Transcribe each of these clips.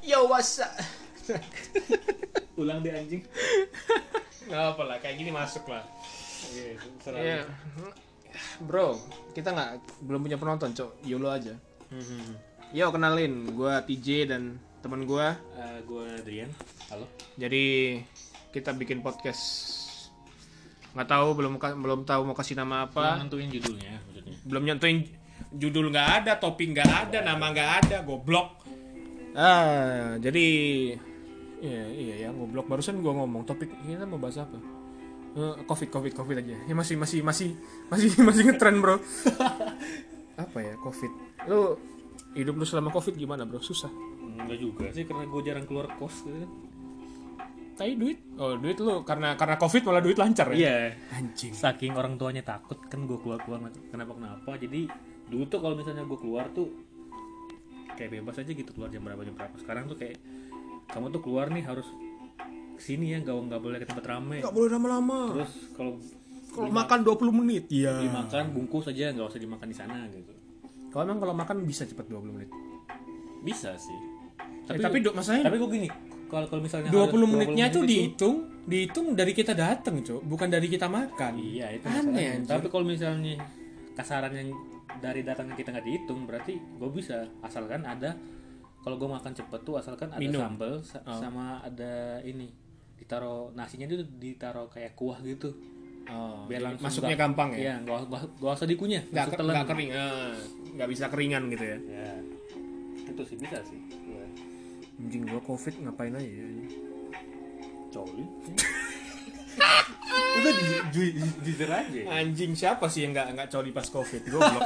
Yo what's up? Ulang deh anjing. Nggak apa lah, kayak gini masuk lah. Iya, Iya. Bro, kita belum punya penonton, Cok. YOLO aja. Yo, kenalin, gue TJ dan teman gue. Gue Adrian. Halo. Jadi kita bikin podcast. Nggak tahu, belum tahu mau kasih nama Belum apa. nentuin judulnya maksudnya. Belum nyentuhin judul, nggak ada, topik nggak ada, nama nggak ada, goblok. Jadi iya ya, goblok. Barusan gue ngomong topik kita mau bahas apa? Covid aja. Ya masih ngetren, bro. Apa ya, Covid? Lu hidup lu selama Covid gimana, bro? Susah. Enggak juga sih, karena gue jarang keluar kos gitu. Kayak duit. Oh, duit lu karena Covid malah duit lancar ya? Iya. Anjing. Saking orang tuanya takut kan gue keluar kenapa. Jadi dulu tuh kalau misalnya gue keluar tuh kayak bebas aja gitu, keluar jam berapa. Sekarang tuh kayak kamu tuh keluar nih harus kesini ya, nggak boleh ke tempat rame. Nggak boleh lama-lama. Terus kalau makan 20 menit. Iya. dimakan bungkus aja, nggak usah dimakan di sana gitu. Kalau makan bisa cepat 20 menit. Bisa sih. Masalahnya Tapi gue gini, kalau misalnya 20 harus menitnya 20 tuh menit dihitung dari kita datang, Cok, bukan dari kita makan. Iya, itu aneh masalahnya. anjir. Tapi kalau misalnya kasarannya dari datangnya kita nggak dihitung, berarti gue bisa, asalkan ada, kalau gue makan cepet tuh asalkan ada Minum. sambal sama ada ini, ditaruh nasinya itu ditaruh kayak kuah gitu. Biar langsung masuknya gampang ya. Iya, nggak usah dikunyah, langsung telan. Nggak kering, nggak bisa keringan gitu ya. Ya, itu sih bisa sih. Ya. Anjing, gua Covid ngapain aja ya? Coli. Udah jujur aja. Anjing, siapa sih yang nggak coli pas Covid? Goblok.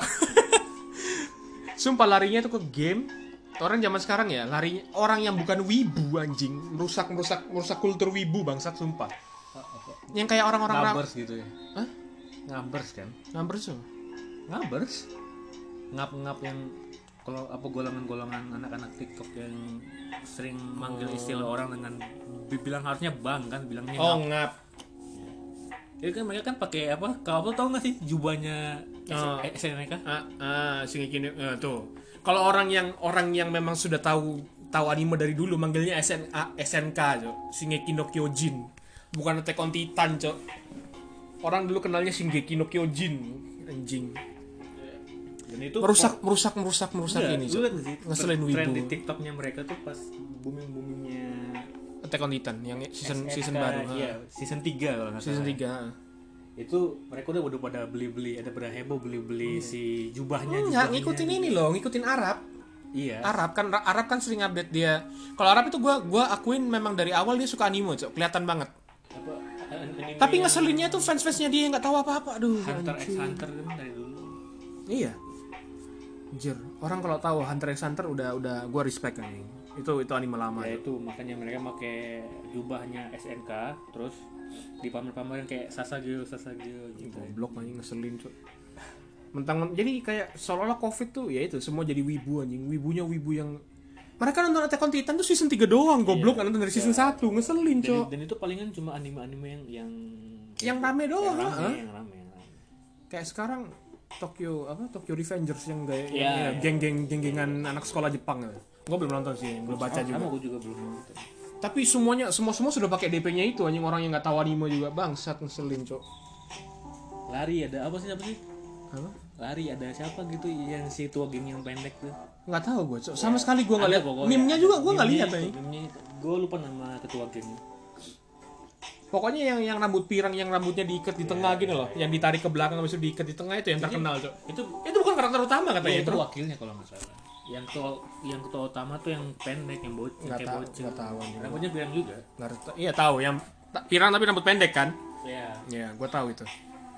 Sumpah larinya tuh ke game. Orang zaman sekarang ya, larinya orang yang bukan wibu, anjing, merusak kultur wibu, bangsat, sumpah. Yang kayak orang-orang Ngabers gitu ya. Hah? Ngabers kan? Ngabers tuh. Ngabers. Ngap yang kalau apa golongan anak-anak TikTok yang sering manggil istilah orang dengan bilang harusnya bang kan, bilangnya Oh, ngap. ngap. Jadi kan mereka kan pakai apa? Kau tau nggak sih jubahnya SNK? Shingeki tuh. Kalau orang yang memang sudah tahu anime dari dulu manggilnya SNK, Cok. Shingeki no Kyojin. Bukan Attack on Titan, Cok. Orang dulu kenalnya Shingeki no Kyojin. Anjing. Dan itu Merusak ini, Cok. Ngeselin wibu. Trend di TikToknya mereka tuh pas boomingnya Attack on Titan yang season SNK, baru. Iya, season 3 kalau nggak Season salah. 3. Itu mereka udah pada beli, ada pada heboh beli si jubahnya. Enggak, ngikutin ini loh, ngikutin Arab. Iya. Arab kan sering update dia. Kalau Arab itu gua akuin memang dari awal dia suka anime, Cok. Kelihatan banget. Anime Tapi yang ngeselinnya tuh fans-fansnya dia nggak tahu apa-apa. Aduh, Hunter x anjing. Hunter kan dari dulu. Iya. Anjir, orang kalau tahu Hunter x Hunter udah gua respect anjing. Itu anime lama Ya ya. itu makanya mereka pakai jubahnya SNK, terus dipamer-pamerin kayak Sasageo gitu. Goblok anjing, ngeselin, Cok. Jadi kayak seolah-olah Covid tuh ya itu semua jadi wibu anjing. Wibunya wibu yang mereka nonton Attack on Titan tuh season 3 doang, goblok, nonton dari season 1, ngeselin, Cok. Dan itu palingan cuma anime-anime Yang rame doang, yang rame. Kayak sekarang Tokyo Revengers yang gaya Iya. geng-gengan anak sekolah Jepang ya. Gue belum nonton sih, belum baca juga. Sama gue juga belum nonton. Tapi semua sudah pakai DP-nya itu, anjing, orang yang nggak tahu anime juga, bangsat, ngeselin, Cok. Lari ada apa sih? Apa? Lari ada siapa gitu yang si tua geng yang pendek tuh. Nggak tahu gue, Cok. Sama sekali gue nggak Ada lihat. pokoknya. Meme-nya juga gue nggak lihat, Meme-nya anjing. itu, gue lupa nama ketua geng. Pokoknya yang rambut pirang, yang rambutnya diikat di tengah gini loh, yang ditarik ke belakang habis itu diikat di tengah, itu yang terkenal, Cok. Itu bukan karakter utama katanya, itu Bro. wakilnya kalau nggak salah. Yang ketua utama tuh yang pendek, yang bocil, Nggak kayak tahu, bocil. nggak tahu, anjing. Rambutnya pirang juga. Iya tahu, yang pirang tapi rambut pendek kan? Iya. Ya, gue tahu itu.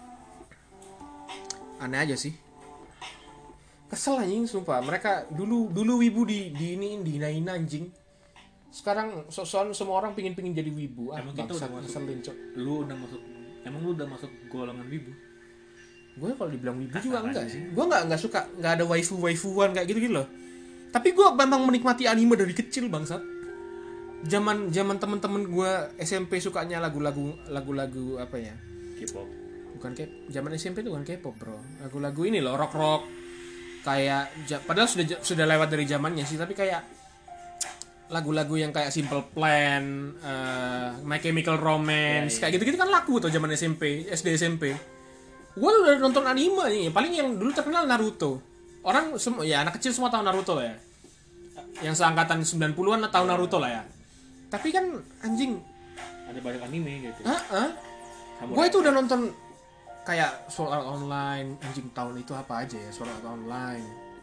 Aneh aja sih. Kesel anjing, sumpah. Mereka dulu wibu dihinain anjing. Sekarang semua orang pingin jadi wibu. Emang kita bangsat, udah masuk. ngeselin, Cok. Emang lu udah masuk golongan wibu? Gue kalau dibilang wibu juga enggak sih. Gue enggak suka, enggak ada waifuan kayak gitu loh. Tapi gue memang menikmati anime dari kecil, bangsat. Zaman temen-temen gue SMP sukanya lagu-lagu apa ya? K-pop. Bukan zaman SMP itu bukan K-pop, Bro. Lagu-lagu ini loh, rock kayak padahal sudah lewat dari zamannya sih, tapi kayak lagu-lagu yang kayak Simple Plan, My Chemical Romance, kayak gitu-gitu kan laku tuh zaman SMP, SD SMP. Gue udah nonton anime nih, paling yang dulu terkenal Naruto. Orang semua ya anak kecil semua tahu Naruto lah ya. Yang seangkatan 90-an tahu Naruto lah ya. Tapi kan anjing ada banyak anime gitu. Gue itu udah nonton kayak Sword Art Online, anjing tahun itu apa aja ya, Sword Art Online.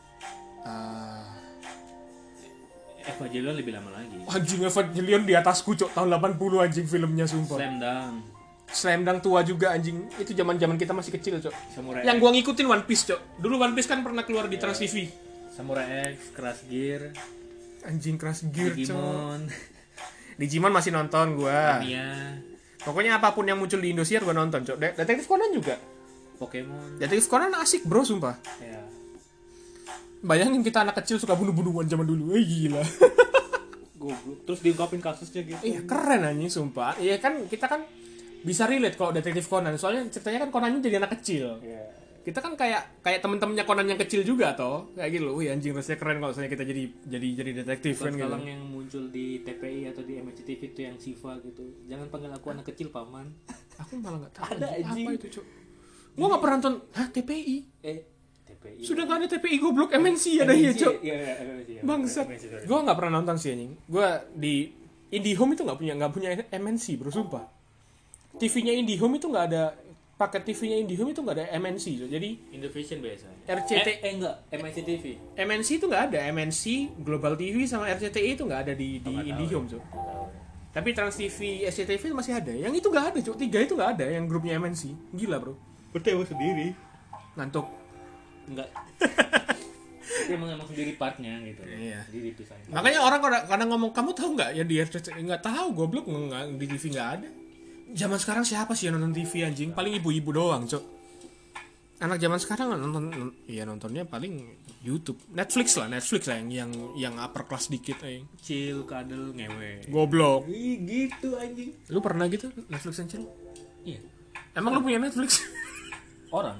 Evangelion lebih lama lagi. Anjing Evangelion di atasku cok, tahun 80 anjing filmnya sumpah. Slam Dunk tua juga anjing. Itu zaman-zaman kita masih kecil cok. Yang gua ngikutin One Piece cok. Dulu One Piece kan pernah keluar di Trans TV. Samurai X, Crash Gear. Anjing Crash Gear Digimon. Digimon masih nonton gua. Tamiya. Pokoknya apapun yang muncul di Indosiar gua nonton cok. Detektif Conan juga. Pokemon. Detektif Conan asik bro sumpah. Ya. Bayangin kita anak kecil suka bunuh-bunuhan zaman dulu. Gila. Goblok. Terus diungkapin kasusnya gitu. Iya keren anjing sumpah. Iya kan kita kan bisa relate kalau Detektif Conan. Soalnya ceritanya kan Conannya jadi anak kecil. Yeah. Kita kan kayak temen-temennya Conan yang kecil juga toh. Kayak gitu loh. Wih anjing rasanya keren kalau misalnya kita jadi detektif kan gitu. Kalau yang muncul di TPI atau di MNC TV itu yang Siva gitu. Jangan panggil aku anak kecil paman. Aku malah enggak tahu. Ada anjing. Apa itu, Cuk? Gua enggak pernah nonton. Hah, TPI? TPI. Sudah enggak ada TPI goblok MNC ada ya, Cuk. Iya, Bangsat. Gua enggak pernah nonton sih anjing. Gua di IndiHome itu enggak punya MNC, bro, sumpah. TV-nya IndiHome itu enggak ada paket TV-nya IndiHome itu enggak ada MNC, Cuk. Jadi Indovision biasa. RCT enggak, MNC TV. MNC itu enggak ada. MNC, Global TV sama RCTI itu enggak ada di IndiHome, Cuk. Tapi Trans TV, SCTV itu masih ada. Yang itu enggak ada, Cuk. 3 itu enggak ada yang grupnya MNC. Gila, bro. Bertewa sendiri. Ngantuk. Enggak. Dia emang sendiri partnya gitu. Iya. Jadi dipisahin. Makanya orang kadang ngomong, kamu tahu nggak ya di RCTI? Nggak tahu, goblok, nggak, di TV nggak ada. Zaman sekarang siapa sih yang nonton TV anjing? Paling ibu-ibu doang, Cok. Anak zaman sekarang nontonnya paling YouTube, Netflix lah yang upper class dikit aja. Chill, kadel, ngewe. Goblok. Ih, gitu anjing. Lu pernah gitu Netflix and chill? Iya. Emang lu punya Netflix? Orang.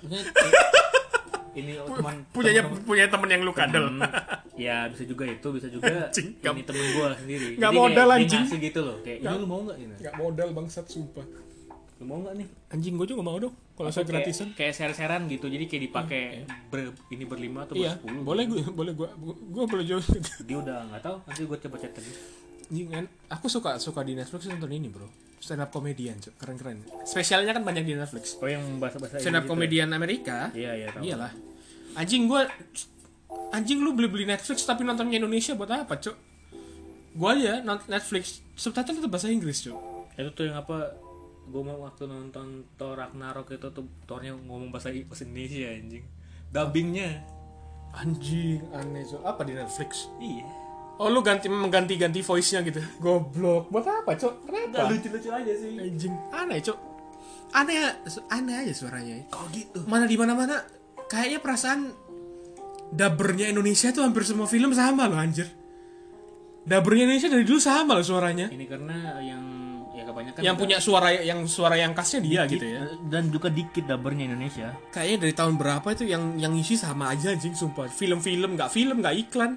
Ini teman punya temen yang lu kadel. Ya bisa juga itu, bisa juga Anjing, ini temen gue sendiri. Nggak jadi modal kayak anjing. dia ngasih gitu loh. Kayak ini lu mau nggak ini? Nggak modal bangsat sumpah. Lu mau nggak nih? Anjing gue juga mau dong kalau saya gratisan. Kayak share-sharean gitu. Jadi kayak dipakai ini berlima atau Iya, bersepuluh. boleh gue boleh jauh. Dia udah nggak tahu. Nanti gue coba chat lagi. Kan aku suka di Netflix nonton ini bro, stand up comedian, keren. Spesialnya kan banyak di Netflix. Oh yang bahasa stand up comedian Amerika. Iya tahu. Iyalah. Anjing lu beli Netflix tapi nontonnya Indonesia buat apa, Cok? Gua aja nonton Netflix subtitle itu bahasa Inggris, Cok. Itu tuh yang apa? Gue mau waktu nonton Thor Ragnarok itu tuh Thornya ngomong bahasa Indonesia anjing. Dubbingnya. Anjing, aneh, Cok. Apa di Netflix? Iya. Oh, lu mengganti voice-nya gitu. Goblok. Buat apa, Cok? Kenapa? Lucu-lucu aja sih. Anjing, aneh, Cok. Aneh aja suaranya. Kok gitu? Mana di mana-mana kayaknya perasaan dubbernya Indonesia tuh hampir semua film sama loh, anjir. Dubbernya Indonesia dari dulu sama loh suaranya. Ini karena yang ya kebanyakan Yang punya suara yang khasnya dia dikit, gitu ya. Dan juga dikit dubbernya Indonesia. Kayaknya dari tahun berapa itu yang isi sama aja anjing sumpah. Film nggak iklan.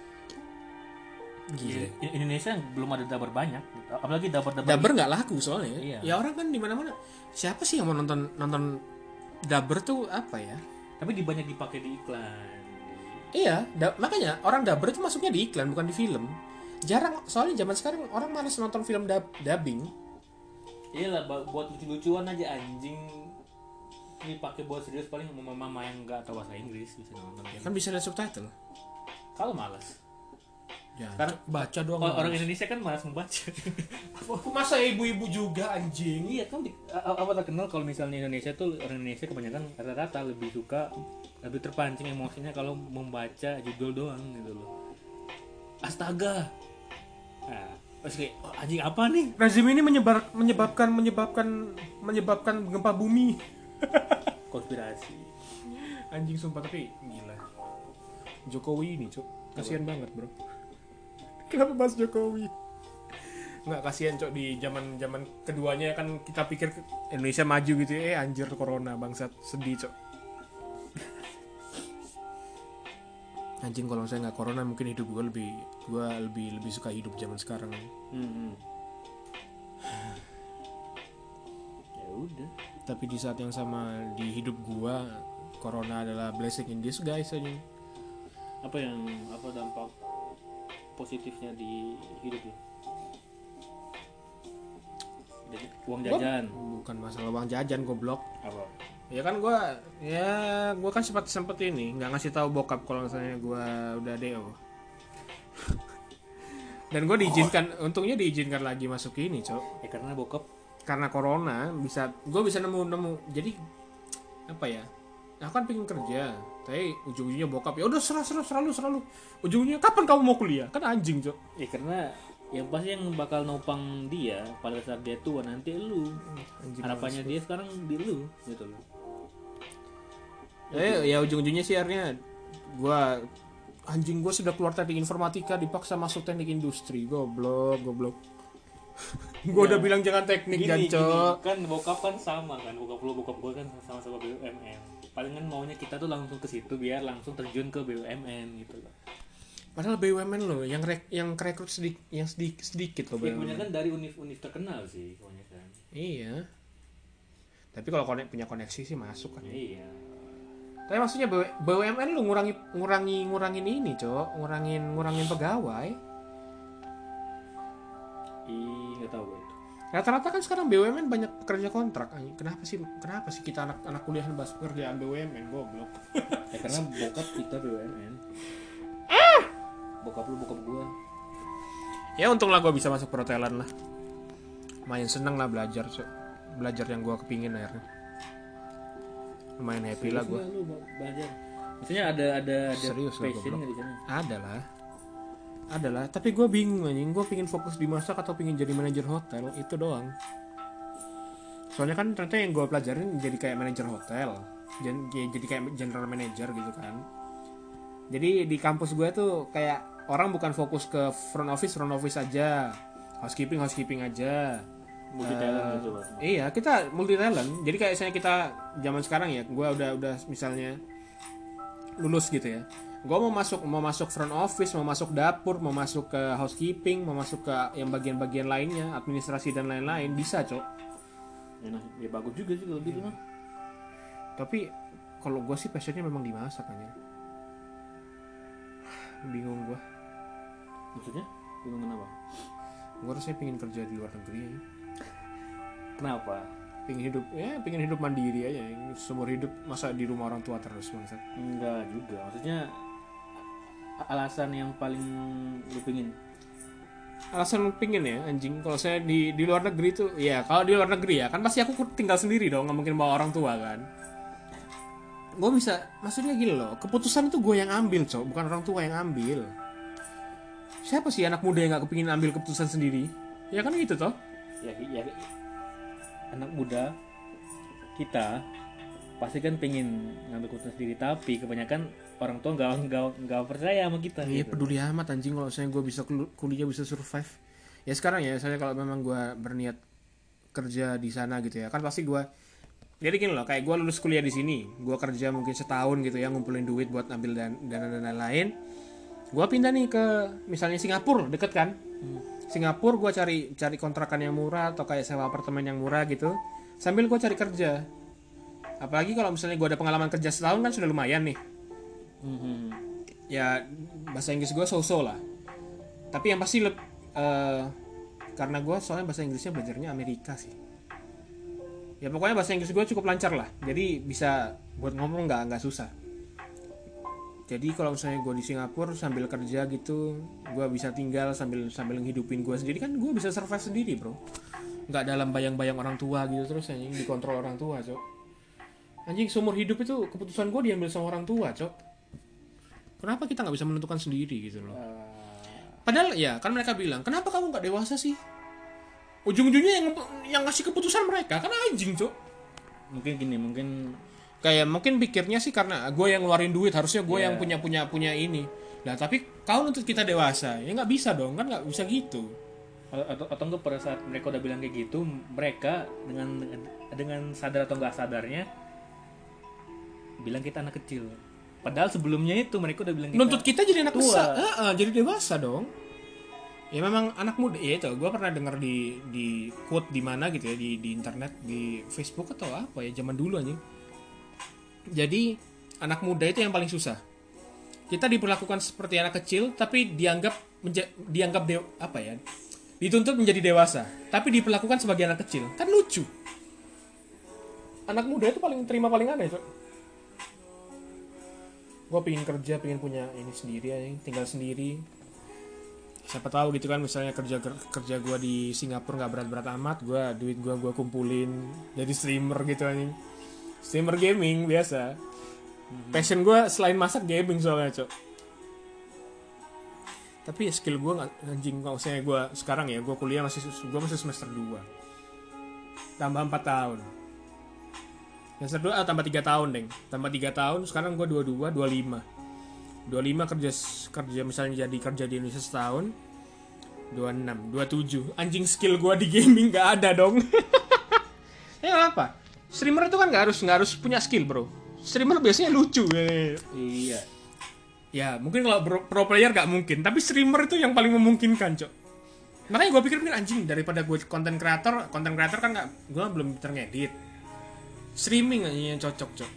Gila. Indonesia belum ada dubber banyak, apalagi dubber Nggak laku soalnya. Iya. Ya orang kan di mana-mana. Siapa sih yang mau nonton dubber tuh apa ya? tapi banyak dipakai di iklan. Iya, makanya orang dubber itu masuknya di iklan bukan di film. Jarang, soalnya zaman sekarang orang malas nonton film dubbing. Iyalah buat lucu-lucuan aja anjing. Ini pakai buat serius paling mama yang nggak tahu bahasa Inggris bisa nonton. Ya kan bisa lihat subtitle. Kalau malas. Ya, Karena baca doang. Orang Indonesia kan malas membaca. Masa ibu-ibu juga anjing? Iya kan apa terkenal kalau misalnya Indonesia tuh orang Indonesia kebanyakan rata-rata lebih terpancing emosinya kalau membaca judul doang gitu loh. Astaga. Nah, terus kayak anjing apa nih? Rezim ini menyebabkan gempa bumi. Konspirasi. Anjing sumpah, tapi gila. Jokowi ini, Cok. Kasihan banget, Bro. Kenapa bahas Jokowi? Nggak, kasihan, Cok, di zaman keduanya kan kita pikir Indonesia maju gitu ya. Anjir corona bangsat, sedih, Cok. anjing kalau saya nggak corona mungkin hidup gue lebih suka hidup zaman sekarang. Ya udah. Tapi di saat yang sama di hidup gue corona adalah blessing in disguise aja. Apa dampak positifnya di hidup lo? Uang jajan. Bukan masalah uang jajan, goblok. Apa? Ya kan gue kan sempet ini nggak ngasih tahu bokap kalau misalnya gue udah DO. Dan gue untungnya diizinkan lagi masuk ini, Cok. Ya karena bokap, Karena corona gue bisa nemu. Jadi apa ya? Aku kan pengen kerja, tapi ujung-ujungnya bokap ya udah selalu. Ujungnya kapan kamu mau kuliah? Kan anjing, Cok. ya karena yang pasti yang bakal nopang dia pada saat dia tua nanti lu. Anjing Harapannya dia sekarang di lu gitu loh. Ya ujung-ujungnya sih akhirnya gue sudah keluar teknik informatika dipaksa masuk teknik industri. Goblok. Gue udah bilang jangan teknik jancok. Kan bokap kan sama kan, bokap gue kan sama-sama BUMN. Palingan maunya kita tuh langsung ke situ biar langsung terjun ke BUMN gitu loh. Padahal BUMN loh yang rekrut sedikit loh. Ya kebanyakan dari univ terkenal sih kebanyakan. Iya. Tapi kalau punya koneksi sih masuk kan. Iya. Tapi maksudnya BUMN lu ngurangin ini, Cok. Ngurangin pegawai. Nggak tahu gue itu. Rata-rata kan sekarang BUMN banyak pekerja kontrak. Kenapa sih kita anak kuliah bahas pekerjaan BUMN, goblok. Ya karena bokap kita BUMN. Bokap gua. Ya untunglah gue bisa masuk perhotelan lah. Lumayan seneng lah belajar, Cok. Belajar yang gue kepingin akhirnya. Lumayan happy lah gue. Lu belajar. Maksudnya ada Serius lah, passion nggak di sana? Ada lah. Tapi gue bingung anjing. Gue pingin fokus di masak atau pingin jadi manajer hotel, itu doang. Soalnya kan ternyata yang gue pelajarin jadi kayak manajer hotel, jadi kayak general manager gitu kan. Jadi di kampus gue tuh kayak orang bukan fokus ke front office aja, housekeeping aja. Multi talent gitu Pak. Iya, kita multi talent. Jadi kayak misalnya kita zaman sekarang ya, gue udah misalnya lulus gitu ya. Gue mau masuk front office, mau masuk dapur, mau masuk ke housekeeping, mau masuk ke yang bagian-bagian lainnya, administrasi dan lain-lain, bisa, Cok. Ya bagus juga sih kalau gitu mah. Tapi kalau gue sih passionnya memang dimasak aja. Bingung gue. Maksudnya? Bingung kenapa? Gue rasanya pengen kerja di luar negeri aja. Kenapa? Pengen hidup mandiri aja. Seumur hidup masa di rumah orang tua terus bangsat. Enggak juga. Maksudnya alasan yang paling lu pingin? Alasan pingin ya anjing. Kalau saya di luar negeri tuh, ya kalau di luar negeri ya kan pasti aku tinggal sendiri dong, nggak mungkin bawa orang tua kan. Gue bisa, maksudnya gini loh, keputusan itu gue yang ambil, Cok, bukan orang tua yang ambil. Siapa sih anak muda yang nggak kepingin ambil keputusan sendiri? Ya kan gitu toh. Ya anak muda kita pasti kan pengen ngambil keputusan sendiri, tapi kebanyakan orang tua nggak percaya sama kita. Iya gitu. peduli amat anjing kalau saya gue bisa kuliah bisa survive. Ya sekarang ya saya kalau memang gue berniat kerja di sana gitu ya kan pasti gue. Jadi gini loh, kayak gue lulus kuliah di sini, gue kerja mungkin setahun gitu ya, ngumpulin duit buat ambil dana lain. Gue pindah nih ke misalnya Singapura, deket kan? Singapura gue cari kontrakan yang murah atau kayak sewa apartemen yang murah gitu, sambil gue cari kerja. Apalagi kalau misalnya gue ada pengalaman kerja setahun kan sudah lumayan nih. Ya bahasa Inggris gue so-so lah. Tapi yang pasti karena gue soalnya bahasa Inggrisnya belajarnya Amerika sih. Ya pokoknya bahasa Inggris gue cukup lancar lah. Jadi bisa buat ngomong nggak susah. Jadi kalau misalnya gue di Singapura sambil kerja gitu, gue bisa tinggal sambil ngehidupin gue sendiri kan gue bisa survive sendiri bro. Nggak dalam bayang-bayang orang tua gitu terus anjing dikontrol orang tua, Cok. Anjing seumur hidup itu keputusan gue diambil sama orang tua, Cok. Kenapa kita nggak bisa menentukan sendiri gitu loh? Padahal ya kan mereka bilang, kenapa kamu nggak dewasa sih? Ujung-ujungnya yang ngasih keputusan mereka kan anjing, Cok. Mungkin Mungkin pikirnya sih karena gue yang ngeluarin duit, harusnya gue yang punya ini. Nah tapi kau nuntut kita dewasa, ya nggak bisa dong, kan nggak bisa gitu. atau enggak pada saat mereka udah bilang kayak gitu, mereka dengan sadar atau nggak sadarnya bilang kita anak kecil. Padahal sebelumnya itu mereka udah bilang nuntut kita jadi anak tua. besar. Jadi dewasa dong. Ya memang anak muda ya itu. Gue pernah dengar di quote di mana gitu ya di internet di Facebook atau apa ya zaman dulu anjing. Jadi anak muda itu yang paling susah. Kita diperlakukan seperti anak kecil tapi dituntut menjadi dewasa tapi diperlakukan sebagai anak kecil. Kan lucu. Anak muda itu paling terima paling aneh, Cok. Gue pengen kerja, pengen punya ini sendiri aja, tinggal sendiri. Siapa tahu gitu kan, misalnya kerja gue di Singapura nggak berat-berat amat, duit gue kumpulin jadi streamer gitu anjing. Streamer gaming biasa. Passion gue selain masak gaming soalnya, Cok. Tapi ya skill gue nggak anjing. Kalau misalnya gue sekarang ya, gue kuliah masih semester 2 tambah 4 tahun. Semester 2 tambah 3 tahun, Deng. Tambah 3 tahun, sekarang gue 25 kerja misalnya jadi kerja di Indonesia setahun 26, 27. Anjing skill gue di gaming gak ada dong. Ya apa? Streamer itu kan gak harus punya skill, bro. Streamer biasanya lucu. Iya. Ya mungkin kalau pro player gak mungkin, tapi streamer itu yang paling memungkinkan, Cok. Makanya gue pikir anjing, daripada gue content creator kan gue belum ngedit. Streaming aja yang cocok, Cok.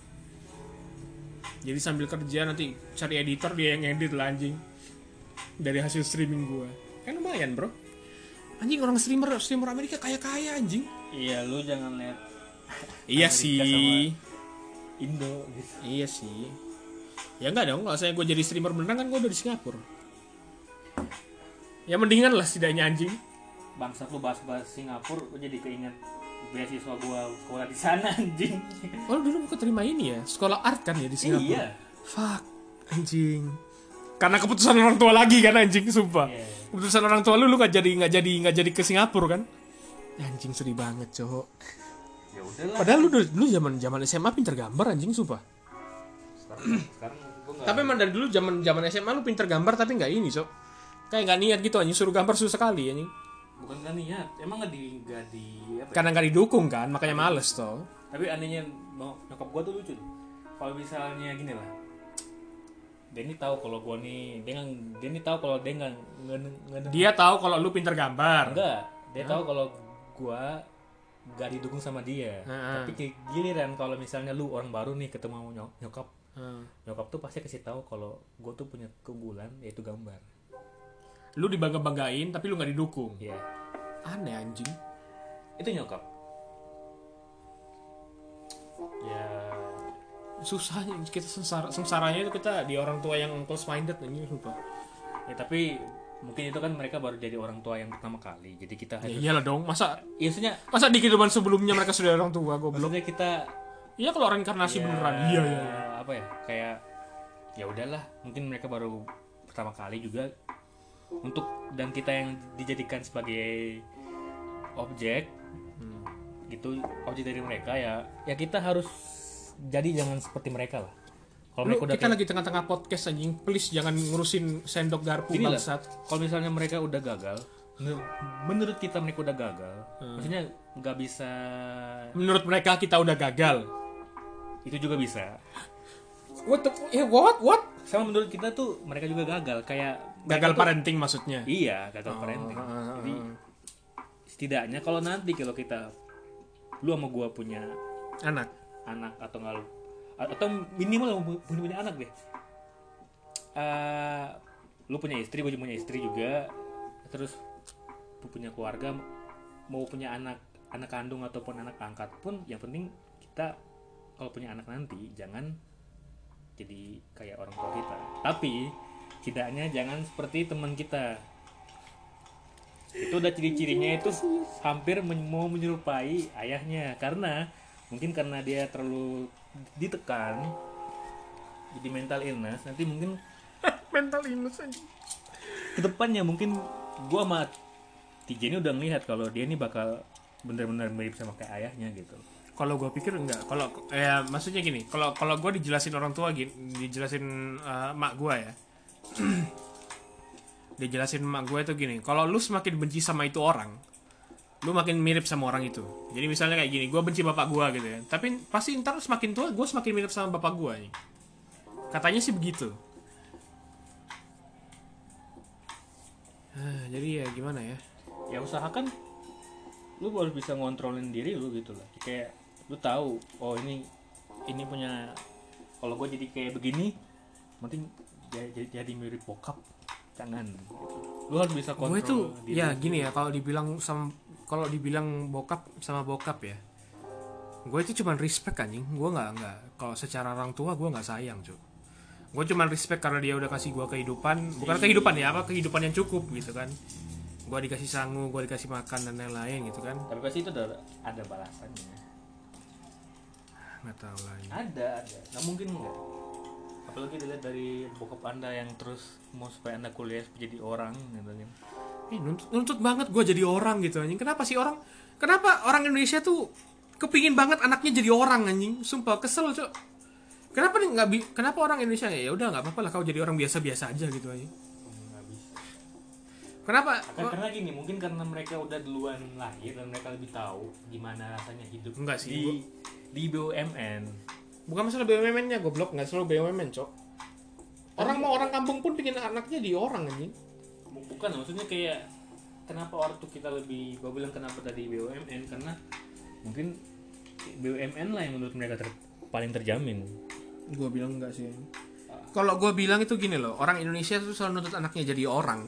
Jadi sambil kerja nanti cari editor, dia yang edit lah anjing. Dari hasil streaming gue. Kan lumayan, bro. Anjing orang streamer Amerika kaya-kaya anjing. Iya, lu jangan lihat. Iya Amerika sih. Indo gitu. Iya sih. Ya enggak dong, kalau saya gue jadi streamer beneran kan gue udah di Singapura. Ya mendingan lah setidaknya anjing. Bangsat lu bahas-bahas Singapura, gue jadi keinget beasiswa gua sekolah di sana anjing. Oh dulu gue terima ini ya, sekolah art kan ya di Singapura. Iya. Fuck, anjing. Karena keputusan orang tua lagi kan anjing, sumpah. Yeah. Keputusan orang tua lu nggak jadi ke Singapura kan? Anjing sedih banget, Cok. Ya udahlah. Padahal lu zaman SMA pinter gambar anjing, sumpah. Sekarang gua enggak. Tapi emang dari dulu zaman SMA lu pinter gambar tapi nggak ini, Cok. Kayak nggak niat gitu anjing, suruh gambar susah sekali anjing. Bukan gak niat, emang gak di apa ya? Karena nggak didukung kan, makanya males toh. Tapi anehnya nyokap gua tuh lucu. Kalau misalnya gini lah, Denny tahu kalau gua nih, Denny tahu kalau dia nggak Dia tahu kalau lu pinter gambar. enggak, dia tahu kalau gua nggak didukung sama dia. Tapi kayak giliran kalau misalnya lu orang baru nih ketemu sama nyokap, nyokap tuh pasti kasih tahu kalau gua tuh punya keunggulan yaitu gambar. Lu dibangga-banggain tapi lu nggak didukung. Iya. Aneh anjing. Itu nyokap. Ya. Susahnya kita sengsaranya itu kita di orang tua yang close minded anjing, sumpah. Ya tapi mungkin itu kan mereka baru jadi orang tua yang pertama kali. Jadi kita harus. Ya iyalah dong, masa Maksudnya di kehidupan sebelumnya mereka sudah orang tua, goblok. maksudnya kita Iya kalau reinkarnasi beneran. Iya. Apa ya? Kayak ya udahlah, mungkin mereka baru pertama kali juga dan kita yang dijadikan sebagai objek gitu, objek dari mereka ya kita harus jadi jangan seperti mereka lah. Kalau kita lagi tengah-tengah podcast anjing, please jangan ngurusin sendok garpu bangsat. Kalau misalnya mereka udah gagal, menurut kita mereka udah gagal, maksudnya nggak bisa. Menurut mereka kita udah gagal, itu juga bisa. What? Sama menurut kita tuh mereka juga gagal, kayak gagal parenting maksudnya. Iya, gagal parenting. Jadi setidaknya kalau nanti kita lu sama gua punya anak atau enggak atau minimal punya anak deh. Lu punya istri, gua punya istri juga. Terus lu punya keluarga, mau punya anak kandung ataupun anak angkat pun yang penting kita kalau punya anak nanti jangan jadi kayak orang tua kita. Tapi setidaknya jangan seperti teman kita. Itu udah ciri-cirinya itu hampir mau menyerupai ayahnya, karena dia terlalu ditekan jadi mental illness. Nanti mungkin mental illness aja. Kedepannya mungkin gua sama Tija ini udah ngelihat kalau dia ini bakal benar-benar mirip sama kayak ayahnya gitu. Kalau gue pikir enggak. Kalau ya maksudnya gini, kalau gue dijelasin orang tua gini, dijelasin mak gue ya. Dijelasin mak gue itu gini, kalau lu semakin benci sama itu orang, lu makin mirip sama orang itu. Jadi misalnya kayak gini, gue benci bapak gue gitu ya, tapi pasti ntar semakin tua gue semakin mirip sama bapak gue nih. Katanya sih begitu. Jadi ya gimana ya? Ya usahakan lu harus bisa ngontrolin diri lu gitu lah. Kayak lu tahu, oh ini punya, kalau gue jadi kayak begini, penting jadi mirip bokap, jangan. Lu harus bisa kontrol Gue tuh diri ya lu. gini ya, kalau dibilang bokap sama bokap ya, gue itu cuman respect anjing. Gue nggak kalau secara orang tua gue nggak sayang cuy. Gue cuman respect karena dia udah kasih gue kehidupan, bukan kehidupan ya, apa kehidupan yang cukup gitu kan. Gue dikasih sangu, gue dikasih makan dan lain-lain gitu kan. Tapi pasti itu ada balasannya. Nggak tahu lah ini. Ada. Nggak mungkin nggak. Apalagi dilihat dari bokap anda yang terus mau supaya anda kuliah jadi orang gitu kan. Nuntut banget gue jadi orang gitu anjing. Kenapa orang Indonesia tuh kepingin banget anaknya jadi orang anjing. Sumpah kesel cok. Kenapa orang Indonesia ya udah nggak apa-apa lah kau jadi orang biasa-biasa aja gitu anjing. Nggak bisa. Kenapa? Karena gini, mungkin karena mereka udah duluan lahir dan mereka lebih tahu gimana rasanya hidup Enggak sih, di BUMN. Bukan masalah BUMN-nya goblok, nggak selalu BUMN cok. Orang kampung pun pingin anaknya di orang anjing. Bukan, maksudnya kayak kenapa waktu kita lebih, gue bilang kenapa tadi BUMN, karena mungkin BUMN lah yang menurut mereka paling terjamin. Gue bilang enggak sih. Kalau gue bilang itu gini loh, orang Indonesia tuh selalu nuntut anaknya jadi orang.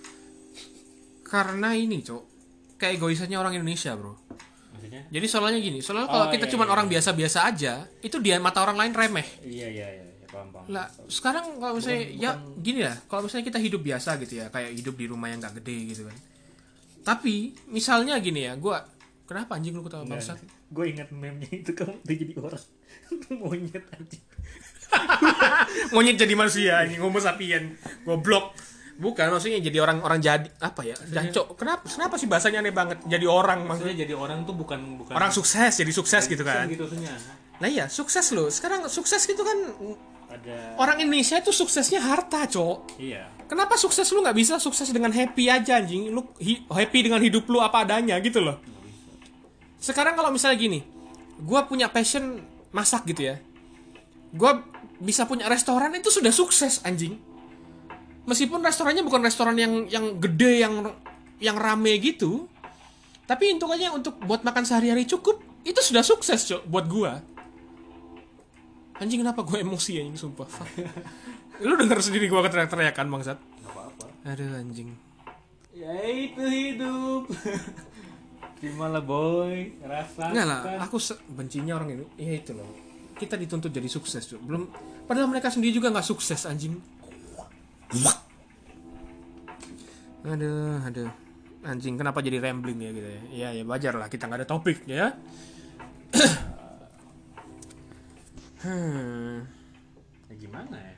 Karena ini cok, kayak egoisannya orang Indonesia bro. Maksudnya? Jadi soalnya gini, soalnya kalau kita cuma orang biasa-biasa aja, itu dia mata orang lain remeh. Iya, paham. Lah, sekarang kalau misalnya ya gini lah, kalau misalnya kita hidup biasa gitu ya, kayak hidup di rumah yang gak gede gitu kan. Tapi misalnya gini ya, kenapa anjing lu ketawa bangsat? Gue ingat meme-nya itu, kamu udah jadi orang monyet anjing. Monyet jadi manusia anjing, homo sapien, goblok. Bukan, maksudnya jadi orang jadi apa ya? Jancok. Kenapa sih bahasanya aneh banget? Jadi orang maksudnya. Jadi orang tuh bukan Orang sukses, jadi sukses gitu kan. gitu maksudnya. Nah iya, sukses loh. Sekarang sukses gitu kan, Ada. orang Indonesia itu suksesnya harta, cok. Iya. Kenapa sukses lu nggak bisa sukses dengan happy aja anjing? Lu happy dengan hidup lu apa adanya gitu loh. Sekarang kalau misalnya gini, gue punya passion masak gitu ya, gue bisa punya restoran, itu sudah sukses anjing. Meskipun restorannya bukan restoran yang gede, yang rame gitu, tapi hitungannya untuk buat makan sehari-hari cukup, itu sudah sukses cok buat gue. Anjing kenapa gue emosi anjing sumpah. Lu denger sendiri gue teriak-teriakan bangsat. Gak apa-apa. Aduh anjing. Ya itu hidup. Terimalah boy, rasakan. Enggak lah, aku bencinya orang ini. Ya itu loh. Kita dituntut jadi sukses cok. Belum, padahal mereka sendiri juga nggak sukses anjing. Aduh. Anjing, kenapa jadi rambling ya gitu ya? Ya wajar lah, kita nggak ada topik ya. Ya gimana ya?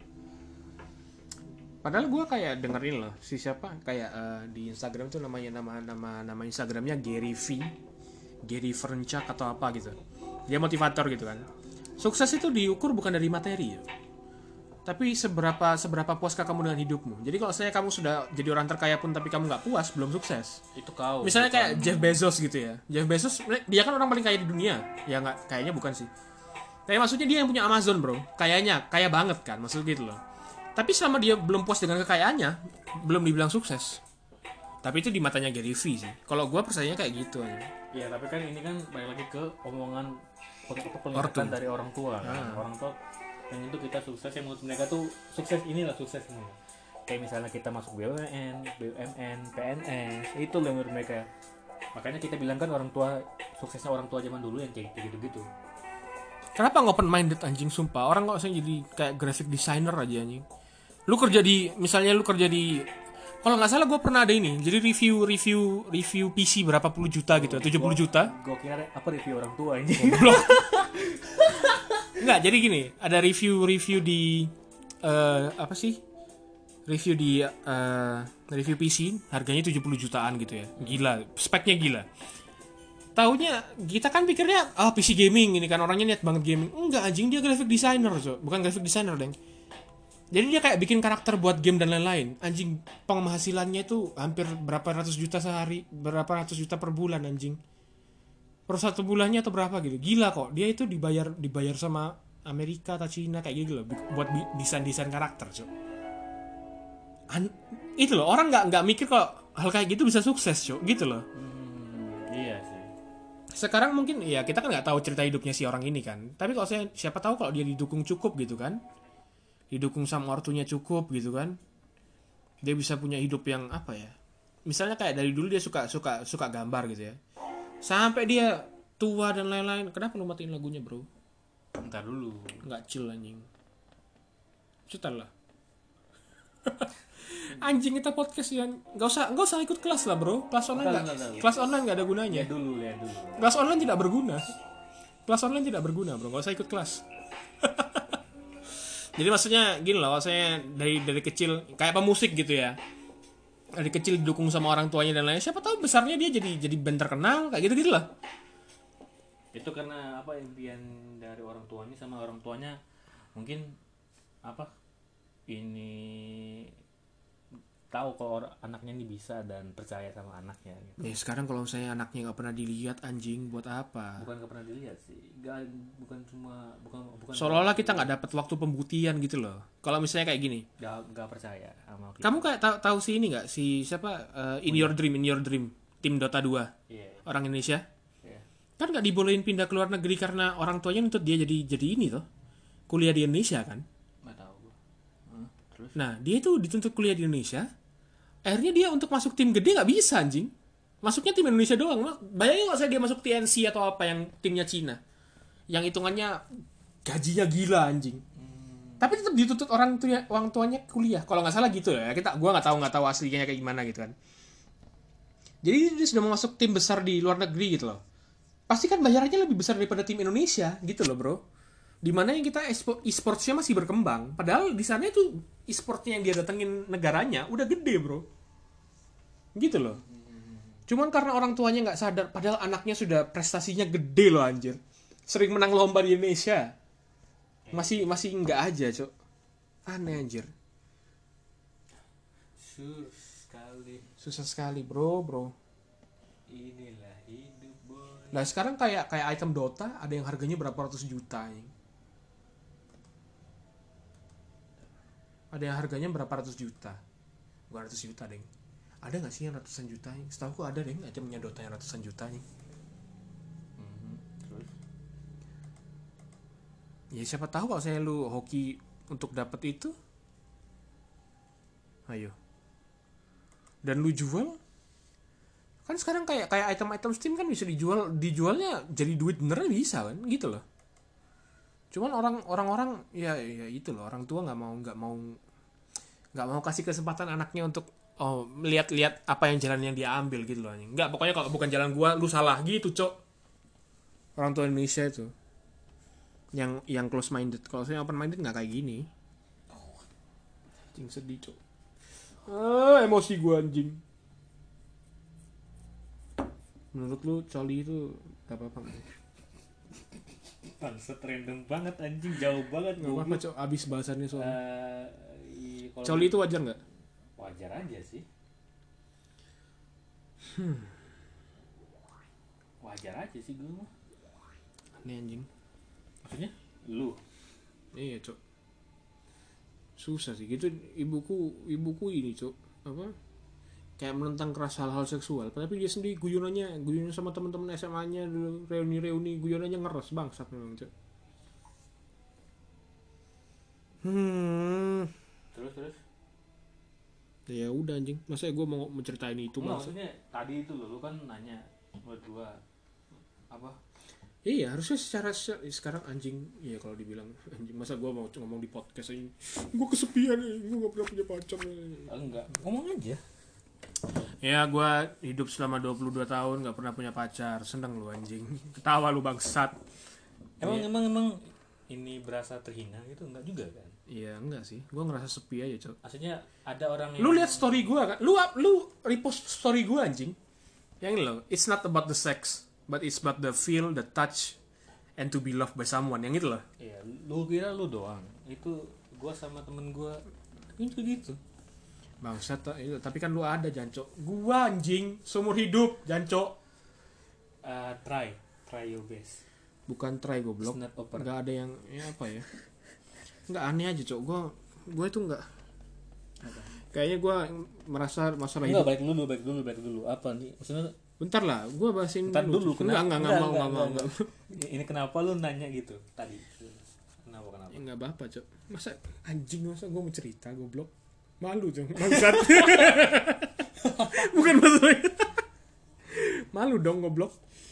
Padahal gue kayak dengerin loh si siapa kayak di Instagram tuh namanya nama Instagramnya Gary Vaynerchuk atau apa gitu. Dia motivator gitu kan. Sukses itu diukur bukan dari materi ya, tapi seberapa puaskah kamu dengan hidupmu. Jadi kalau saya kamu sudah jadi orang terkaya pun tapi kamu nggak puas, belum sukses. Itu kau. Misalnya kayak Jeff Bezos gitu ya. Jeff Bezos dia kan orang paling kaya di dunia. Ya nggak, kayaknya bukan sih. Tapi maksudnya dia yang punya Amazon bro. Kayaknya kaya banget kan, maksud gitu loh. Tapi selama dia belum puas dengan kekayaannya, belum dibilang sukses. Tapi itu di matanya Gary V sih. Kalau gue percayanya kayak gitu aja. Iya, tapi kan ini kan balik lagi ke omongan penglihatan dari orang tua kan. Orang tua yang itu kita sukses, yang menurut mereka tuh sukses, inilah sukses ini. Kayak misalnya kita masuk BUMN, PNS, itu loh menurut mereka. Makanya kita bilang kan orang tua, suksesnya orang tua zaman dulu yang kayak gitu-gitu. Kenapa nggak open minded anjing sumpah? Orang nggak usah jadi kayak graphic designer aja anjing. Lu kerja di kalau nggak salah gue pernah ada ini. Jadi review PC berapa puluh juta gitu, 70 juta. Gue kira apa review orang tua ini. Goblok. Enggak, jadi gini, ada review di review PC harganya 70 jutaan gitu ya. Gila, speknya gila. Taunya kita kan pikirnya PC gaming ini kan, orangnya niat banget gaming. Enggak anjing, dia graphic designer so. Bukan graphic designer deng. Jadi dia kayak bikin karakter buat game dan lain-lain. Anjing, penghasilannya itu hampir berapa ratus juta sehari, berapa ratus juta per bulan anjing. Per satu bulannya atau berapa gitu. Gila kok. Dia itu dibayar sama Amerika atau Cina kayak gitu loh, buat desain karakter, Cok. Itu loh, orang nggak mikir kalau hal kayak gitu bisa sukses, Cok, gitu loh. Iya sih. Sekarang mungkin ya kita kan nggak tahu cerita hidupnya si orang ini kan, tapi kalau siapa tahu kalau dia didukung cukup gitu kan, didukung sama ortunya cukup gitu kan, dia bisa punya hidup yang apa ya, misalnya kayak dari dulu dia suka gambar gitu ya, sampai dia tua dan lain-lain. Kenapa lu matiin lagunya, bro? Ntar dulu. Nggak chill anjing. Cetar lah. Anjing, kita podcast yang nggak usah ikut kelas lah, bro. Kelas online nggak ada gunanya. Lihat dulu. Kelas online tidak berguna. Kelas online tidak berguna, bro. Nggak usah ikut kelas. Jadi maksudnya gini loh, maksudnya dari kecil kayak pemusik gitu ya. Dari kecil didukung sama orang tuanya dan lain, siapa tahu besarnya dia jadi band terkenal kayak gitu lah. Itu karena apa, impian dari orang tuanya sama orang tuanya mungkin apa ini tahu kalau anaknya ini bisa dan percaya sama anaknya gitu. Ya sekarang kalau saya anaknya nggak pernah dilihat, anjing, buat apa? Bukan nggak pernah dilihat sih, bukan Seolah-olah kita nggak dapat waktu pembuktian gitu loh. Kalau misalnya kayak gini, nggak percaya sama kita. kamu kayak tahu si ini nggak, si siapa, In Your Dream tim Dota 2 orang Indonesia, kan nggak dibolehin pindah ke luar negeri karena orang tuanya nuntut dia jadi ini toh, kuliah di Indonesia kan. Nggak tahu gua. Terus? Nah dia itu dituntut kuliah di Indonesia, akhirnya dia untuk masuk tim gede nggak bisa, anjing. Masuknya tim Indonesia doang. Bayangin nggak saya dia masuk TNC atau apa yang timnya Cina, yang hitungannya gajinya gila, anjing. Tapi tetap dituntut orang tuanya kuliah. Kalau nggak salah gitu ya. Gua nggak tahu aslinya kayak gimana gitu kan. Jadi dia sudah mau masuk tim besar di luar negeri gitu loh. Pasti kan bayarannya lebih besar daripada tim Indonesia gitu loh, bro. Dimana yang kita e-sportsnya masih berkembang. Padahal di sana itu e-sportnya yang dia datengin negaranya udah gede, bro. Gitu loh. Cuman karena orang tuanya nggak sadar, padahal anaknya sudah prestasinya gede loh, anjir. Sering menang lomba di Indonesia. Masih nggak aja, Cok. Aneh, anjir. Susah sekali, bro. Inilah hidup, boy. Nah sekarang kayak item Dota ada yang harganya berapa ratus juta, ya. Ada yang harganya berapa ratus juta. Bukan ratus juta, deng. Ada nggak sih yang ratusan juta? Setahu aku ada, deng, itemnya Dota yang ratusan juta, nih. Terus? Ya siapa tahu kalau saya lu hoki untuk dapat itu. Ayo. Dan lu jual. Kan sekarang kayak item-item Steam kan bisa dijualnya jadi duit beneran bisa kan, gitu loh. Cuman orang-orang ya itu loh, orang tua nggak mau kasih kesempatan anaknya untuk lihat apa yang jalan yang dia ambil gitu loh. Nggak, pokoknya kalau bukan jalan gua lu salah gitu, Cok. Orang tua Indonesia itu yang close minded. Kalau saya open minded nggak kayak gini. Anjing, sedih, Cok. Emosi gua, anjing. Menurut lu coli itu gak apa-apa nggak? Bangsat, random banget anjing, jauh banget. Gak apa-apa, Cok, abis bahasannya soalnya. Kalau Coli itu wajar nggak? wajar aja sih. Wajar aja sih gue mah. Aneh, anjing. Maksudnya lu? Iya, Cok. Susah sih gitu. Ibuku ini, Cok, apa, kayak menentang keras hal-hal seksual, tapi dia sendiri guyonannya sama teman-teman SMA-nya dulu, reuni guyonannya ngeres bangsat memang, Cok. Terus Ya udah, anjing, masa gue mau menceritain itu nggak, bangsa. maksudnya tadi itu lu kan nanya buat gua apa? Iya, harusnya secara sekarang, anjing. Iya, kalau dibilang anjing, masa gue mau ngomong di podcast ini, gue kesepian nih, gue gak pernah punya pacar nih. Enggak, ngomong aja. Ya, gue hidup selama 22 tahun gak pernah punya pacar. Seneng lu, anjing. Ketawa lu, bangsat. Emang ini berasa terhina gitu? Enggak juga kan? Iya, enggak sih. Gue ngerasa sepi aja, Cok. Maksudnya ada orang yang Lu lihat story gue kan? Lu repost story gue, anjing. Yang ini loh. It's not about the sex, but it's about the feel, the touch, and to be loved by someone. Yang itu loh. Iya, lu kira lu doang. Itu gua sama temen gua itu gitu. Bangsat, itu. Tapi kan lu ada, Janco. Gua, anjing, seumur hidup, Janco. Try your best. Bukan try goblok. Snap over. Nggak ada yang ya apa ya. Nggak aneh aja cok. Gue itu nggak. Kayaknya gue merasa masalah Enggak, hidup. balik dulu. Apa nih? Maksudnya Bentar lah, gue bahasin ntar dulu. Enggak mau. Ini kenapa lu nanya gitu tadi? Kenapa? Ya nggak apa-apa cok. Masa gue mau cerita goblok. Malu cok. Bangsat. Bukan masalah. Malu dong goblok.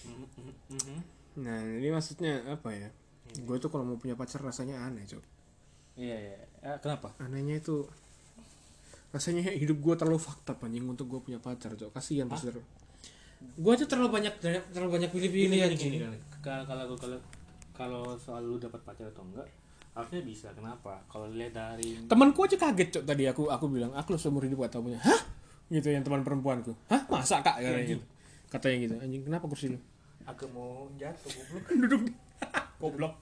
Nah ini maksudnya apa ya? Gue tuh kalau mau punya pacar rasanya aneh cok. Iya. Kenapa? Anehnya itu rasanya hidup gue terlalu fakta anjing untuk gue punya pacar cok. Kasihan pas gue aja terlalu banyak pilih-pilih anjing. Kalau soal lu dapat pacar atau enggak, harusnya bisa. Kenapa? Kalau lihat dari Temanku aja kaget cok tadi aku bilang aku seumur hidup gak tau punya. Hah? Gitu yang teman perempuanku. Hah? Masa kak? Katanya gitu. Anjing kenapa kursi lu? aku mau jatuh goblok. Duduk di goblok.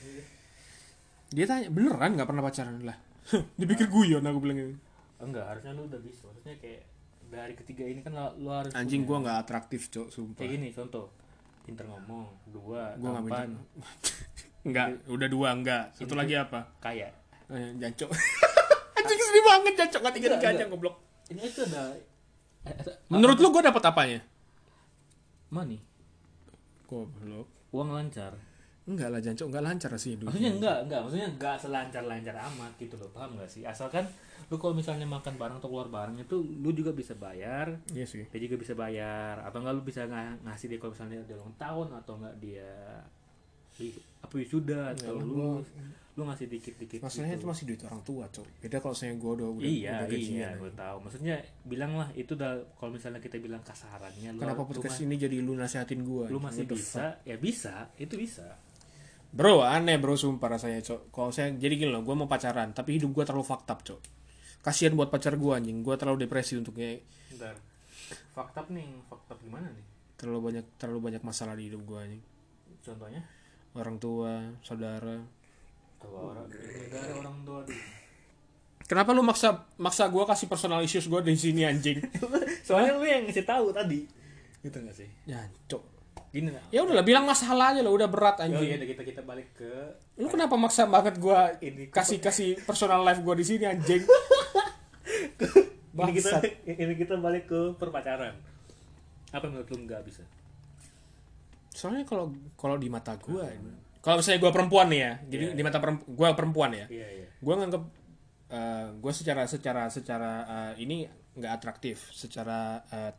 Dia tanya beneran nggak pernah pacaran lah. Dipikir guyon aku bilang gitu. Enggak, harusnya lu udah bisa. Maksudnya kayak dari ketiga ini kan lu harus Anjing punya. gue nggak atraktif cok sumpah. Kayak gini contoh, pinter ngomong, 2, Gue nggak tampan, Enggak, udah 2 enggak. Satu lagi apa? kaya. Jancok. Anjing sedih banget jancok nggak tiga aja goblok. Ini itu ada Menurut lu gue dapat apanya? money, Goblok. uang lancar. Enggak lah jancok enggak lancar sih hidup. Maksudnya maksudnya enggak selancar-lancar amat gitu loh, paham enggak sih? Asalkan lu kalau misalnya makan bareng atau keluar bareng itu lu juga bisa bayar, Iya sih. dia juga bisa bayar, atau enggak lu bisa ngasih dia kalau misalnya dia ulang tahun, atau enggak dia apa wisuda atau lu ngasih dikit-dikit. Masalahnya gitu. itu masih duit orang tua, cok. Beda kalau saya gue udah Iya, gajian. gue tahu. Maksudnya bilang lah itu udah kalau misalnya kita bilang kasarannya, Kenapa podcast ini jadi lu nasihatin gue? lu masih bisa, ya bisa, itu bisa. Bro, aneh bro sumpah rasanya, cok. Kalau saya jadi gini loh, gue mau pacaran, tapi hidup gue terlalu fucked up, cok. Kasian buat pacar gue anjing, gue terlalu depresi untuk kayak. Bentar. Fakta gimana nih? Terlalu banyak masalah di hidup gue anjing. Contohnya? Orang tua, saudara. Negara orang tua dulu. Kenapa lu maksa gue kasih personal issues gue di sini anjing? Soalnya lu yang ngasih tahu tadi. Gitu enggak sih? Jancok. Gini lah. Ya udahlah bilang masalah aja lah, udah berat anjing. Ya udah kita balik ke Lu kenapa maksa banget gue Ini kasih personal life gue di sini anjing? ini kita balik ke perpacaran. Apa menurut lu enggak bisa? Soalnya kalau di mata gue, kalau misalnya gue perempuan nih ya, jadi di mata gue perempuan ya, Iya. gue nganggep gue secara ini nggak atraktif, secara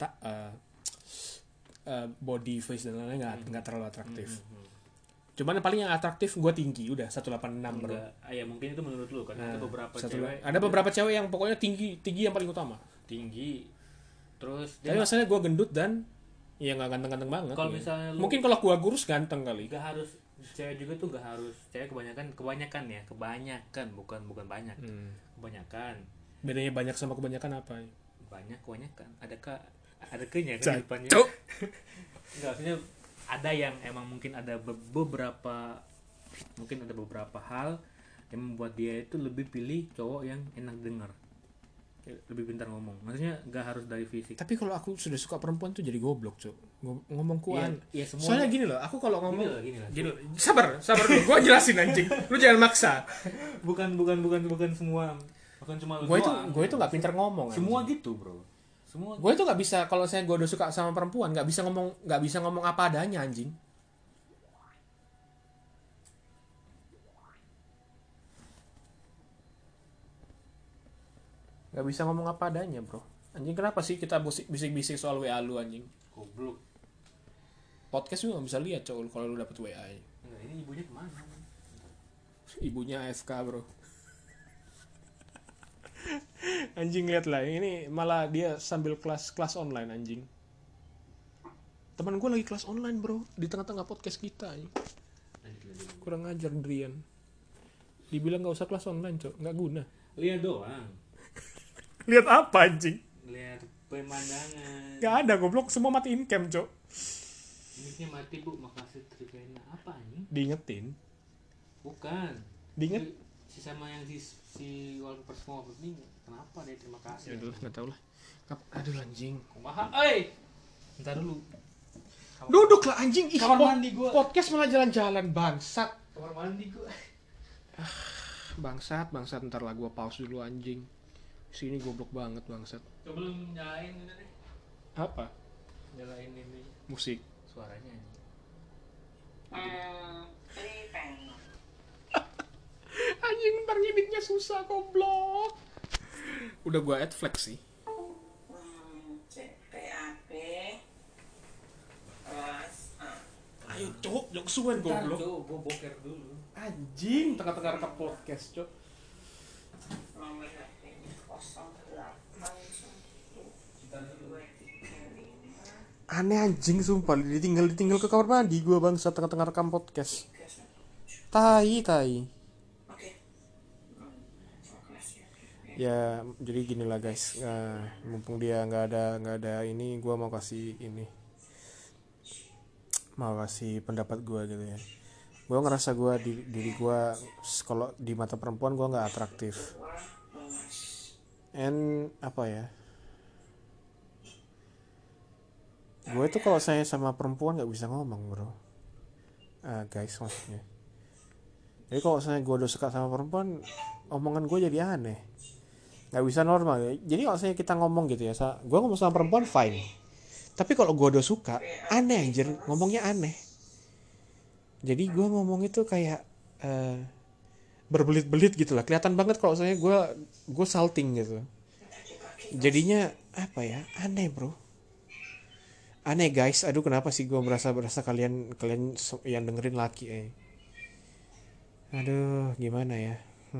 body face dan lain-lain nggak terlalu atraktif. Cuman yang paling yang atraktif gue tinggi, udah 186 bro. Ya mungkin itu menurut lu kan. Ada beberapa cewek. Ada beberapa cewek yang pokoknya tinggi yang paling utama. Tinggi. Terus Tapi masalahnya gue gendut dan ya nggak ganteng-ganteng banget. Kalau misalnya lu, mungkin kalau gue kurus ganteng kali. Gak harus cewek juga tuh, gak harus cewek kebanyakan bukan banyak. Kebanyakan. Bedanya banyak sama kebanyakan apa? Kebanyakan. Ada kenya kan di depannya. Enggak, maksudnya ada yang emang mungkin ada beberapa hal yang membuat dia itu lebih pilih cowok yang enak dengar, lebih pintar ngomong. Maksudnya gak harus dari fisik. Tapi kalau aku sudah suka perempuan tuh jadi goblok, cok. Ngomong kuan. Iya, semua. Soalnya gini loh, aku kalau ngomong Gini lah. Sabar dulu, gue jelasin anjing. Lu jangan maksa. Bukan semua. Bukan cuma lu. Gue itu nggak pintar ngomong. Semua gitu, bro. Semua. Gue itu nggak bisa, kalau saya gue udah suka sama perempuan, nggak bisa ngomong apa adanya anjing. Nggak bisa ngomong apa adanya, bro. Anjing kenapa sih kita bisik-bisik soal WA lu anjing? Goblok. Podcast juga nggak bisa lihat, cowok, kalau lu dapet WA. Enggak, ini ibunya kemana? Ibunya AFK, bro. Anjing lihat lah, ini malah dia sambil kelas online anjing. Teman gue lagi kelas online, bro, di tengah-tengah podcast kita. Anjing. Kurang ajar Drian. Dibilang nggak usah kelas online, cok, nggak guna. Lihat doang. Lihat apa anjing? Lihat pemandangan. Nggak ada goblok, semua matiin cam, cok. Mic-nya mati, Bu. Makasih Trivena. Apa anjing? Diingetin. Bukan. Diinget. Si sama yang si wallpaper semua ini kenapa deh, terima kasih. Ya udah, nggak tahu lah. Aduh anjing. Kumaha, Ntar dulu. Duduklah anjing. Ih, Kamar mandi gua. podcast malah jalan-jalan bangsat. Kamar mandi gua. Bangsat, ntar lah gua pause dulu anjing. Sini goblok banget bangsat. Coba lu nyalain ini deh. Apa? Nyalain ini Musik. suaranya anjing. Anjing ntar ngeditnya susah goblok. Udah gua add flex sih. Ayo cok, jok suwen goblok. Coba gua boker dulu. Anjing, tengah-tengah rekam podcast cok. Nomor HP-nya 08 Aneh anjing sumpah, ditinggal ke kamar mandi gua bangsa tengah-tengah rekam podcast. Tai. Oke. Ya jadi gini lah guys, mumpung dia nggak ada ini, gue mau kasih pendapat gue gitu ya. Gue ngerasa gue diri gue kalau di mata perempuan gue nggak atraktif. And apa ya? Gue tuh kalau saya sama perempuan nggak bisa ngomong bro. Guys maksudnya. Jadi kalau saya gue udah suka sama perempuan, omongan gue jadi aneh. Nggak bisa normal ya. Jadi kalau saya kita ngomong gitu ya, gue ngomong sama perempuan fine, tapi kalau gue udah suka aneh anjir, ngomongnya aneh. Jadi gue ngomong itu kayak berbelit-belit gitu lah, kelihatan banget kalau saya gue salting gitu. Jadinya apa ya, aneh bro, aneh guys. Aduh kenapa sih gue berasa kalian yang dengerin laki aduh gimana ya.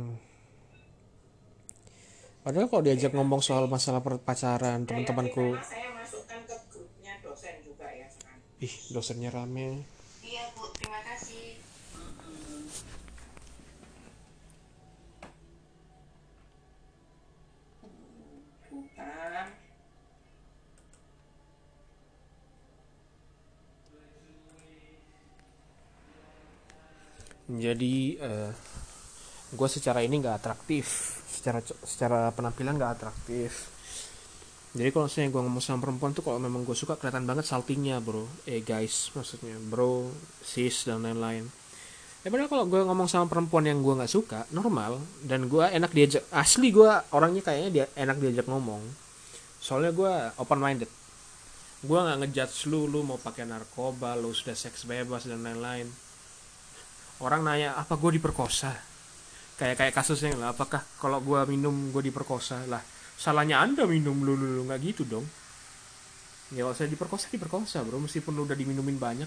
Padahal kalau diajak ngomong soal masalah pacaran teman-temanku, Saya masukkan ke grupnya dosen juga ya sekarang. ih dosennya rame. Iya Bu, terima kasih. Bukan. Jadi gue secara ini nggak atraktif, secara penampilan nggak atraktif. Jadi kalau misalnya gue ngomong sama perempuan tuh, kalau memang gue suka kelihatan banget saltingnya bro, guys maksudnya bro, sis dan lain-lain. Padahal kalau gue ngomong sama perempuan yang gue nggak suka, normal, dan gue enak diajak, asli gue orangnya kayaknya dia enak diajak ngomong. Soalnya gue open minded, gue nggak ngejudge lu mau pakai narkoba, lu sudah seks bebas dan lain-lain. Orang nanya apa gue diperkosa, kayak kasusnya lah, apakah kalau gue minum gue diperkosa lah, salahnya anda minum lu nggak gitu dong. Ya kalau saya diperkosa bro, meskipun lu udah diminumin banyak.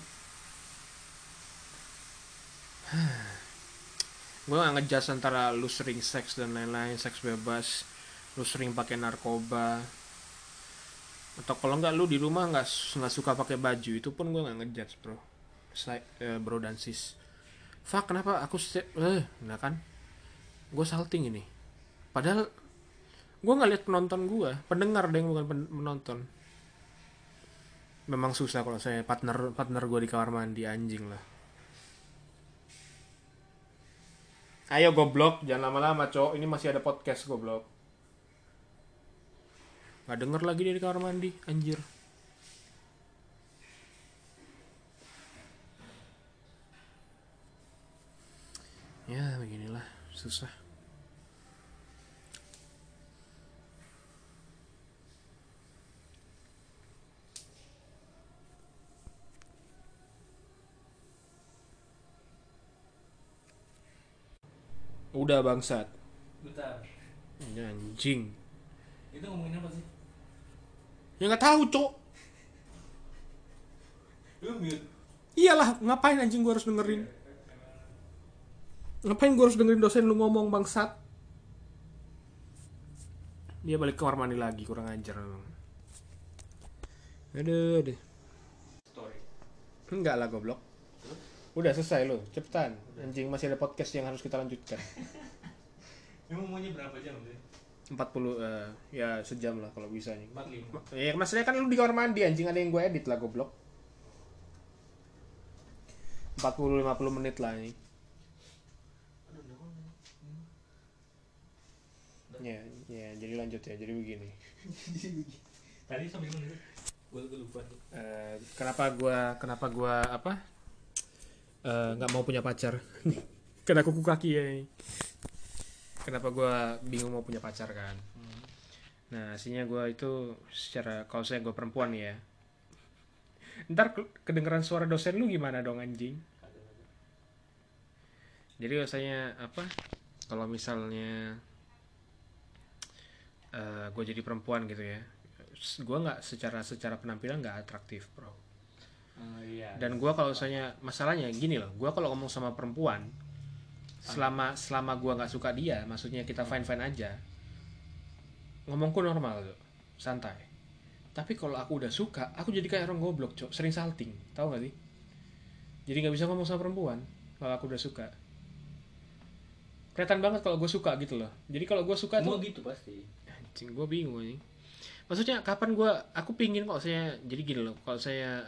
Gue gak ngejudge antara lu sering seks dan lain-lain, seks bebas, lu sering pakai narkoba, atau kalau nggak lu di rumah nggak suka pakai baju, itu pun gue nggak ngejudge bro. Bro dan sis, fuck kenapa aku nah kan gue salting ini, padahal gue nggak lihat penonton gue, pendengar deh bukan penonton. Memang susah kalau saya partner gue di kamar mandi, anjing lah. Ayo goblok, jangan lama-lama cok, ini masih ada podcast goblok. Gak denger lagi dari kamar mandi, anjir. Ya beginilah, susah. Udah bangsat. Bentar. Anjing. Itu ngomongin apa sih? Ya nggak tahu cok. Lu mute. Iyalah, ngapain anjing gue harus dengerin? Ngapain gue harus dengerin dosen lu ngomong bangsat? Dia balik ke kamar mandi lagi, kurang ajar memang. Aduh. Story. Enggak lah goblok. Udah selesai lo, cepetan. Anjing masih ada podcast yang harus kita lanjutkan. Ini maunya berapa jam sih? 40 ya sejam lah kalau bisa nih. 45. Ya maksudnya kan lu di kamar mandi anjing, ada yang gue edit lah goblok. 40-50 menit lah ini. Ya, jadi lanjut ya. Jadi begini. Tadi sampai mana sih? Gue lupa tuh. Kenapa gua apa? Nggak mau punya pacar. Kena kuku kaki ya. Kenapa gua bingung mau punya pacar kan? Nah, aslinya gua itu secara kalau saya gua perempuan ya. Ntar kedengeran suara dosen lu gimana dong anjing? Jadi rasanya apa? Kalau misalnya gue jadi perempuan gitu ya, gue nggak secara penampilan nggak atraktif bro. Iya. Dan gue kalau misalnya masalahnya gini loh, gue kalau ngomong sama perempuan, selama gue nggak suka dia, maksudnya kita fine aja, ngomongku normal tuh, santai. Tapi kalau aku udah suka, aku jadi kayak orang goblok cok, sering salting, tahu nggak sih? Jadi nggak bisa ngomong sama perempuan kalau aku udah suka. Kelihatan banget kalau gue suka gitu loh. Jadi kalau gue suka Semua tuh, gitu pasti. anjing gue bingung anjing. Maksudnya kapan aku pingin kalau saya jadi gini loh, kalau saya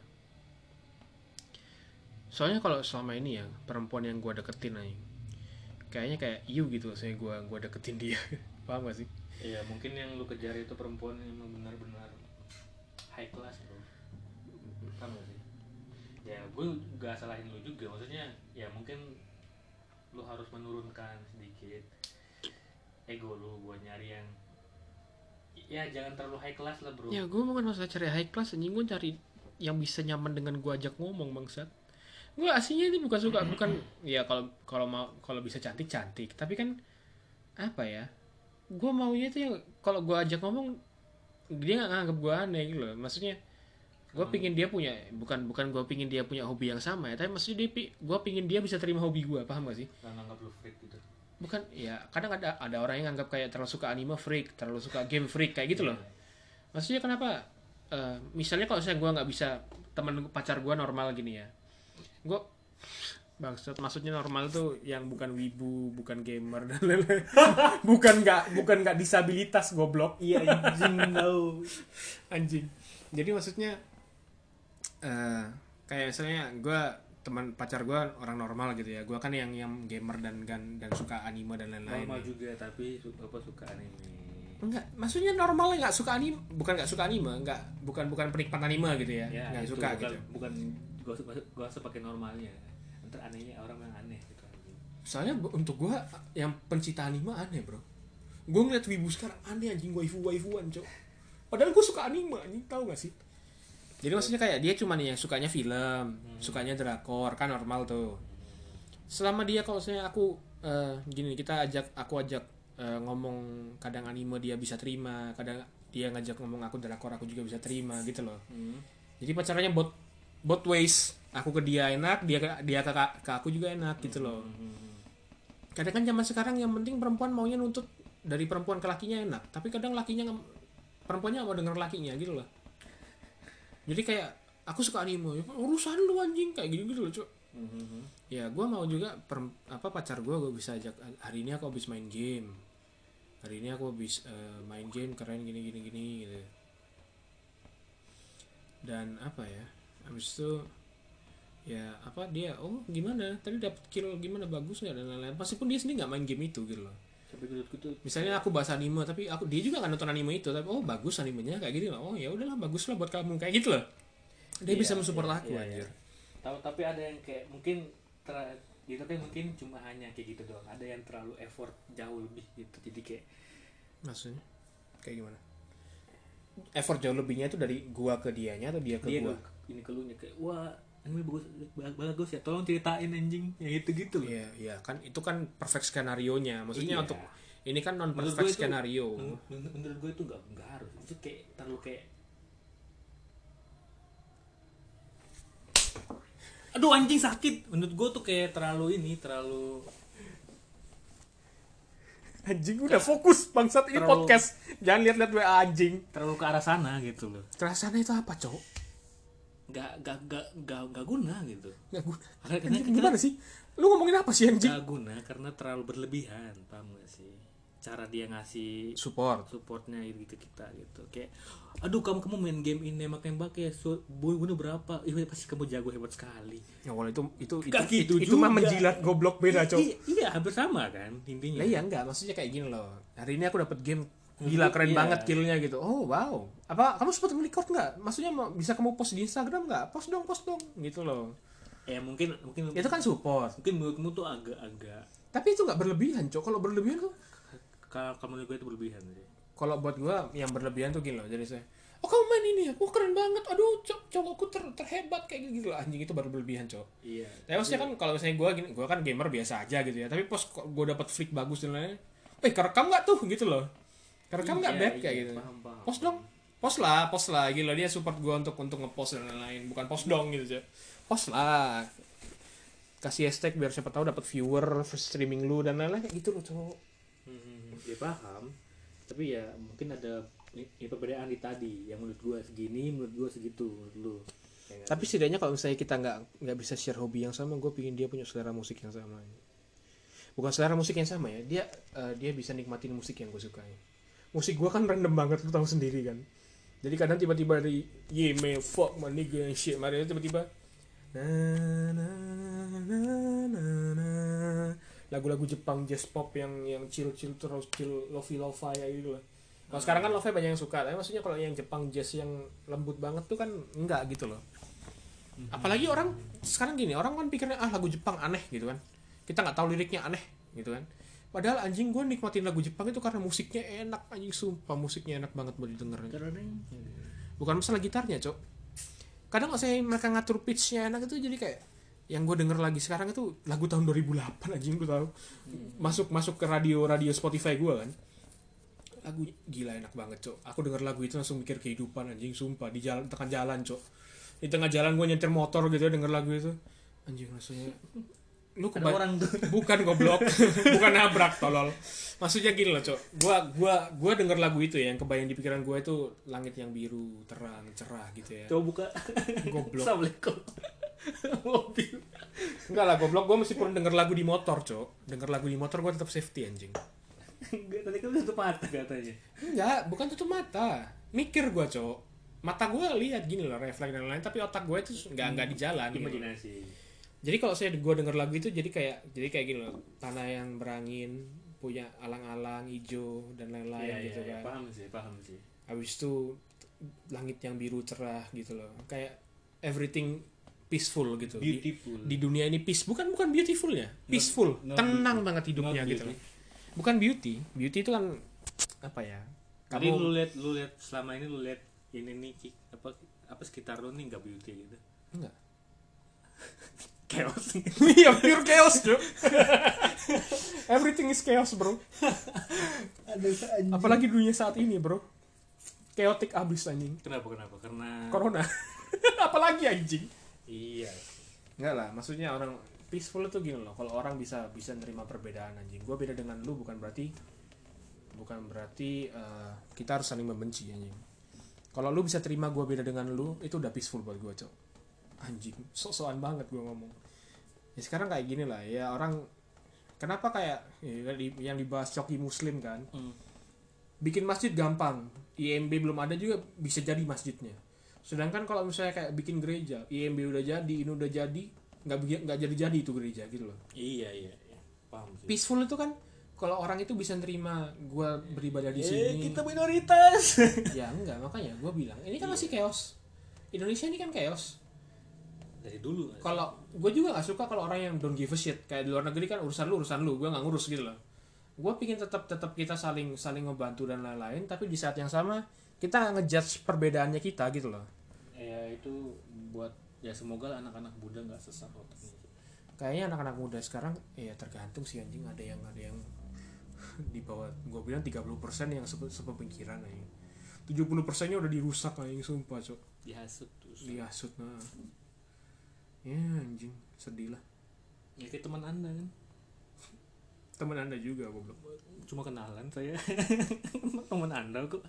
soalnya kalau selama ini ya perempuan yang gue deketin aja kayaknya kayak you gitu loh, saya gue deketin dia. Paham gak sih? Iya, mungkin yang lu kejar itu perempuan yang emang benar-benar high class bro. Paham gak sih? Ya gue gak salahin lu juga, maksudnya ya mungkin lu harus menurunkan sedikit ego lu buat nyari yang ya jangan terlalu high class lah bro. Ya gue bukan masalah cari high class anjing, gue cari yang bisa nyaman dengan gue ajak ngomong bangsat. Gue aslinya ini bukan suka, bukan ya kalau bisa cantik tapi kan apa ya, gue maunya itu yang kalau gue ajak ngomong dia nggak nganggap gue aneh gitu loh. Maksudnya gue pingin dia punya bukan gue pingin dia punya hobi yang sama ya, tapi maksudnya gue pingin dia bisa terima hobi gue, paham gak sih? Gak nganggap lu freak gitu. Bukan ya, kadang ada orang yang nganggap kayak terlalu suka anime freak, terlalu suka game freak kayak gitu loh. Maksudnya kenapa misalnya kalau saya gue nggak bisa, teman pacar gue normal gini ya, gue bangsat, maksudnya normal tuh yang bukan wibu, bukan gamer dan lain-lain. bukan nggak disabilitas goblok. Iya anjing tau. Anjing. Jadi maksudnya kayak misalnya gue teman pacar gue orang normal gitu ya, gue kan yang gamer dan suka anime dan lain-lain. Normal juga tapi suka anime. Enggak, maksudnya normalnya nggak suka anime, bukan nggak suka anime, bukan penikmat anime gitu ya, nggak itu suka bukan, gitu. bukan gua pakai normalnya. Ntar anehnya orang yang aneh gitu. Soalnya untuk gue yang pencinta anime aneh bro. Gue ngeliat wibu sekarang aneh anjing, waifuan cok. Padahal gue suka anime anjing, tahu gak sih? Jadi maksudnya kayak dia cuma nih yang sukanya film, sukanya drakor, kan normal tuh. Selama dia kalau saya aku gini, aku ajak ngomong kadang anime dia bisa terima, kadang dia ngajak ngomong aku drakor aku juga bisa terima gitu loh. Jadi pacarannya both ways. Aku ke dia enak, dia ke aku juga enak gitu loh. Kadang kan zaman sekarang yang penting perempuan maunya nuntut dari perempuan ke lakinya enak, tapi kadang perempuannya nggak mau denger lakinya gitu loh. Jadi kayak aku suka anime, urusan lu anjing kayak gitu loh cuk. Ya gue mau juga pacar gue bisa ajak, hari ini aku habis main game, hari ini aku habis main game keren gini gitu. Dan apa ya, habis itu ya apa dia gimana tadi dapat kill gimana, bagus nggak dan lain-lain, meskipun dia sendiri nggak main game itu gitu loh. Misalnya aku bahas anime tapi dia juga nggak nonton anime itu, tapi bagus animenya kayak gini loh, ya udahlah bagus lah buat kamu kayak gitu loh. Dia bisa mensupport aku anjir. Tahu, tapi ada yang kayak mungkin gitu, tapi mungkin cuma hanya kayak gitu doang. Ada yang terlalu effort jauh lebih gitu, jadi kayak maksudnya kayak gimana effort jauh lebihnya itu dari gua ke dianya atau dia ke gua? Ini ke lu nya kayak wah anime bagus ya, tolong ceritain anjing yang gitu loh. Iya kan itu kan perfect skenario nya, maksudnya untuk ini kan non Menurut perfect skenario. Menurut gue itu nggak harus, itu kayak terlalu kayak aduh anjing sakit. Menurut gue tuh kayak terlalu Anjing udah fokus bangsat, ini podcast, jangan lihat-lihat WA anjing. Terlalu ke arah sana gitu loh. Ke arah sana itu apa cowok? Gak guna gitu. Nggak guna. Karena Gimana sih? Lu ngomongin apa sih anjing? gak guna karena terlalu berlebihan, paham gak sih? Cara dia ngasih supportnya gitu kita gitu, kayak aduh kamu main game ini nembak ya, bunuh berapa, pasti kamu jago hebat sekali. Ya walau itu gitu mah juga. menjilat goblok beda cowok. Iya hampir sama kan intinya. Nah iya enggak, maksudnya kayak gini loh. Hari ini aku dapat game gila keren Iya. banget killnya gitu. Oh wow, apa kamu sempat nge-record nggak? Maksudnya bisa kamu post di Instagram nggak? Post dong gitu loh. Ya mungkin Itu kan support, mungkin menurutmu tuh agak tapi itu nggak berlebihan cok. Kalau berlebihan tuh, kalau menurut gue itu berlebihan sih. kalau buat gua yang berlebihan tuh gini loh. Jadi saya, oh kamu main ini ya, oh keren banget, aduh cowokku terhebat kayak gitu loh. Anjing, itu baru berlebihan cok. Iya. Tapi maksudnya kan kalau misalnya gue kan gamer biasa aja gitu ya. Tapi pas gue dapet flick bagus dan lain-lain, kerekam nggak tuh gitu loh. Kerekam nggak beb kayak gitu. Paham. Post dong, post lah gitu loh. Dia support gue untuk ngepost dan lain-lain. Bukan post dong gitu aja. Post lah. Kasih hashtag biar siapa tahu dapat viewer streaming lu dan lain-lain kayak gitu loh cowok. Ya paham. Tapi ya mungkin ada perbedaan di tadi. Yang menurut gue segini, menurut gue segitu, menurut lu. Tapi setidaknya kalau misalnya kita nggak bisa share hobi yang sama, gue pingin dia punya selera musik yang sama. Bukan selera musik yang sama ya, dia bisa nikmatin musik yang gue sukai. Musik gue kan random banget, lu tahu sendiri kan. Jadi kadang tiba-tiba dari yeah man fuck my nigga and shit, mari tiba-tiba lagu-lagu Jepang jazz pop yang chill terus chill lo-fi kayak gitu lah. Kalau sekarang kan lo-fi banyak yang suka, tapi maksudnya kalau yang Jepang jazz yang lembut banget tuh kan enggak gitu loh. Apalagi orang sekarang gini, orang kan pikirnya lagu Jepang aneh gitu kan. Kita nggak tahu liriknya aneh gitu kan. Padahal anjing gue nikmatin lagu Jepang itu karena musiknya enak, anjing sumpah musiknya enak banget buat didengar. Bukan masalah gitarnya, Cok. Kadang kalau saya mereka ngatur pitch-nya enak itu jadi kayak yang gue denger lagi sekarang itu lagu tahun 2008 anjing, lu tahu. Masuk ke radio Spotify gue kan. Lagu gila enak banget, Cok. Aku denger lagu itu langsung mikir kehidupan anjing sumpah di tengah jalan, Cok. Di tengah jalan gue nyetir motor gitu ya denger lagu itu. Anjing rasanya lu orang tuh. bukan goblok. Bukan nabrak tolol. Maksudnya gini loh, Cok. Gua denger lagu itu ya, yang kebayang di pikiran gue itu langit yang biru, terang, cerah gitu ya. Coba buka. Goblok. Assalamualaikum. Mobil. Enggak lah, goblok. Gue meskipun denger lagu di motor, Cok. Denger lagu di motor gue tetap safety anjing. Enggak, tadi kan tutup mata katanya. Enggak, bukan tutup mata. Mikir gue, Cok. Mata gue lihat gini loh, refleks dan lain-lain, tapi otak gue itu enggak di jalan. Imajinasi. Gitu. Jadi kalau gue denger lagu itu jadi kayak gini loh, tanah yang berangin, punya alang-alang hijau dan lain-lain gitu kan. Paham sih. Habis itu langit yang biru cerah gitu loh. Kayak everything peaceful gitu. Beautiful. Di dunia ini bukan beautifulnya, peaceful, tenang banget hidupnya gitu loh. Bukan beauty itu kan apa ya? Jadi lu lihat selama ini lu lihat ini nih apa sekitar lu nih enggak beauty gitu. Enggak. Chaos. Iya, pure chaos, Bro. Everything is chaos, bro. Apalagi dunia saat ini, bro. Chaotic abis anjing. Kenapa? Karena Corona. Apalagi anjing. iya. Enggak lah, maksudnya orang peaceful itu gini loh. Kalau orang bisa nerima perbedaan anjing. Gue beda dengan lu bukan berarti kita harus saling membenci anjing. Kalau lu bisa terima gue beda dengan lu, itu udah peaceful buat gue, Cok. Anjing, sok-sokan banget gue ngomong. Ya sekarang kayak gini lah ya, orang kenapa kayak yang dibahas Coki Muslim kan. Bikin masjid gampang, IMB belum ada juga bisa jadi masjidnya. Sedangkan kalau misalnya kayak bikin gereja, IMB udah jadi, ini udah jadi, nggak jadi itu gereja gitu loh. Iya. Paham sih. Peaceful itu kan kalau orang itu bisa nerima gue beribadah di sini. Kita minoritas. Ya enggak, makanya gue bilang ini kan masih chaos. Indonesia ini kan chaos. Dari dulu. Kalau gue juga nggak suka kalau orang yang don't give a shit, kayak di luar negeri kan urusan lu, gue nggak ngurus gitu loh. Gue pingin tetap kita saling ngebantu dan lain-lain, tapi di saat yang sama kita ngejudge perbedaannya kita gitu loh. Ya itu buat ya semoga anak-anak muda nggak sesat otaknya. Kayaknya anak-anak muda sekarang ya tergantung sih anjing, ada yang di bawah, gue bilang 30% yang sepemikiran aja. 70%-nya udah dirusak anjing sumpah, Cok. Dihasut nah. Ya anjing, sedih lah. Ya kayak teman Anda kan. Teman Anda juga goblok. Cuma kenalan saya. Teman Anda kok.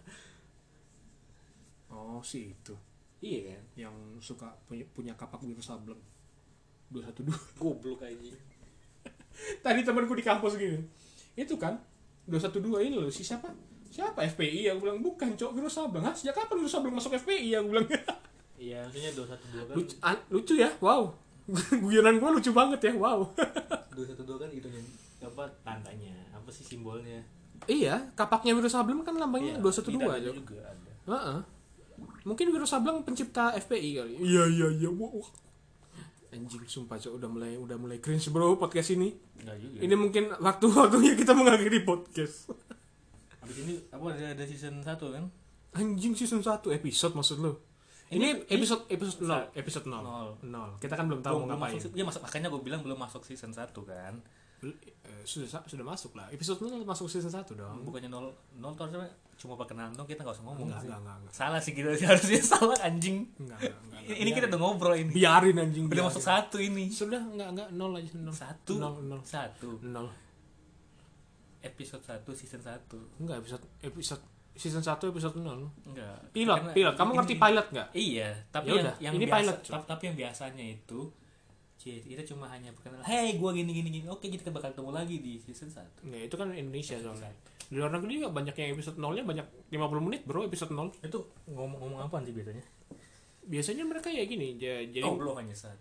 Oh, sih itu. Iya kan? Yang suka punya kapak biru sableng. 212. Goblok aja. Tadi temanku di kampus gini. Itu kan 212 ini loh, siapa FPI? Aku bilang bukan, Cok, Wiro Sableng. Hah, sejak kapan Wiro Sableng masuk FPI? Aku bilang. Iya, maksudnya 212 kan. Lucu ya, wow. Guyonan gue lucu banget ya, wow. 212 kan itu apa tandanya, apa sih simbolnya? Iya, kapaknya Wiro Sableng kan lambangnya 212 Tidak aja. juga ada. Heeh. Mungkin Wiro Sableng pencipta FPI kali. Iya. Wow. Anjing sumpah Cok, udah mulai cringe bro podcast ini. Enggak juga. Ini mungkin waktunya kita mengakhiri podcast. Habis ini apa ada season 1 kan? Anjing season 1 episode maksud lu? Ini episode 0. Kita kan belum tahu mau ngapain. Iya, makanya gue bilang belum masuk season 1 kan. Sudah masuk lah. Episode 0 masuk season 1 dong. Bukannya 0 tuh harusnya cuma perkenalan dong, kita enggak usah ngomong sih. Enggak. Salah sih kita harusnya salah anjing. Enggak. Ini kita udah ngobrol ini. Biarin anjing. Udah masuk 1 ini. Sudah enggak 0 aja 0. 0. Episode 1 season 1. Enggak episode season 1 episode 0. Enggak. Pilot. Kamu ngerti pilot enggak? Iya, tapi Yaudah, yang ini biasa, pilot. tapi yang biasanya itu kita cuma hanya perkenalan, hey gua gini. Oke, kita bakal ketemu lagi di season 1. Nah, itu kan Indonesia soalnya. Di luar negeri juga banyak yang episode 0-nya banyak 50 menit, bro, episode 0. Itu ngomong apa sih biasanya? Biasanya mereka ya gini, jadi belum hanya 1.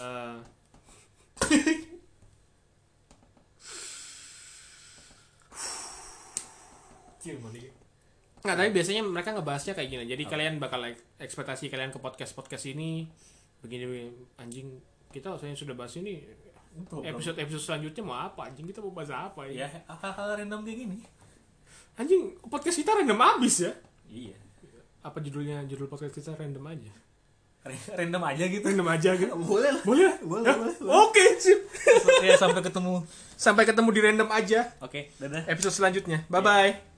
Nggak, tapi biasanya mereka ngebahasnya kayak gini. Jadi kalian bakal ekspektasi kalian ke podcast ini begini, anjing kita saya sudah bahas ini. Episode selanjutnya mau apa anjing, kita mau bahas apa Ya, hal-hal random kayak gini. Anjing podcast kita random abis ya. Iya. Apa judul podcast kita random aja. Random aja gitu. Random aja gitu. Boleh. Oke, sip. Ya, sampai ketemu Sampai ketemu di random aja. Oke, dadah. Episode selanjutnya. Bye bye.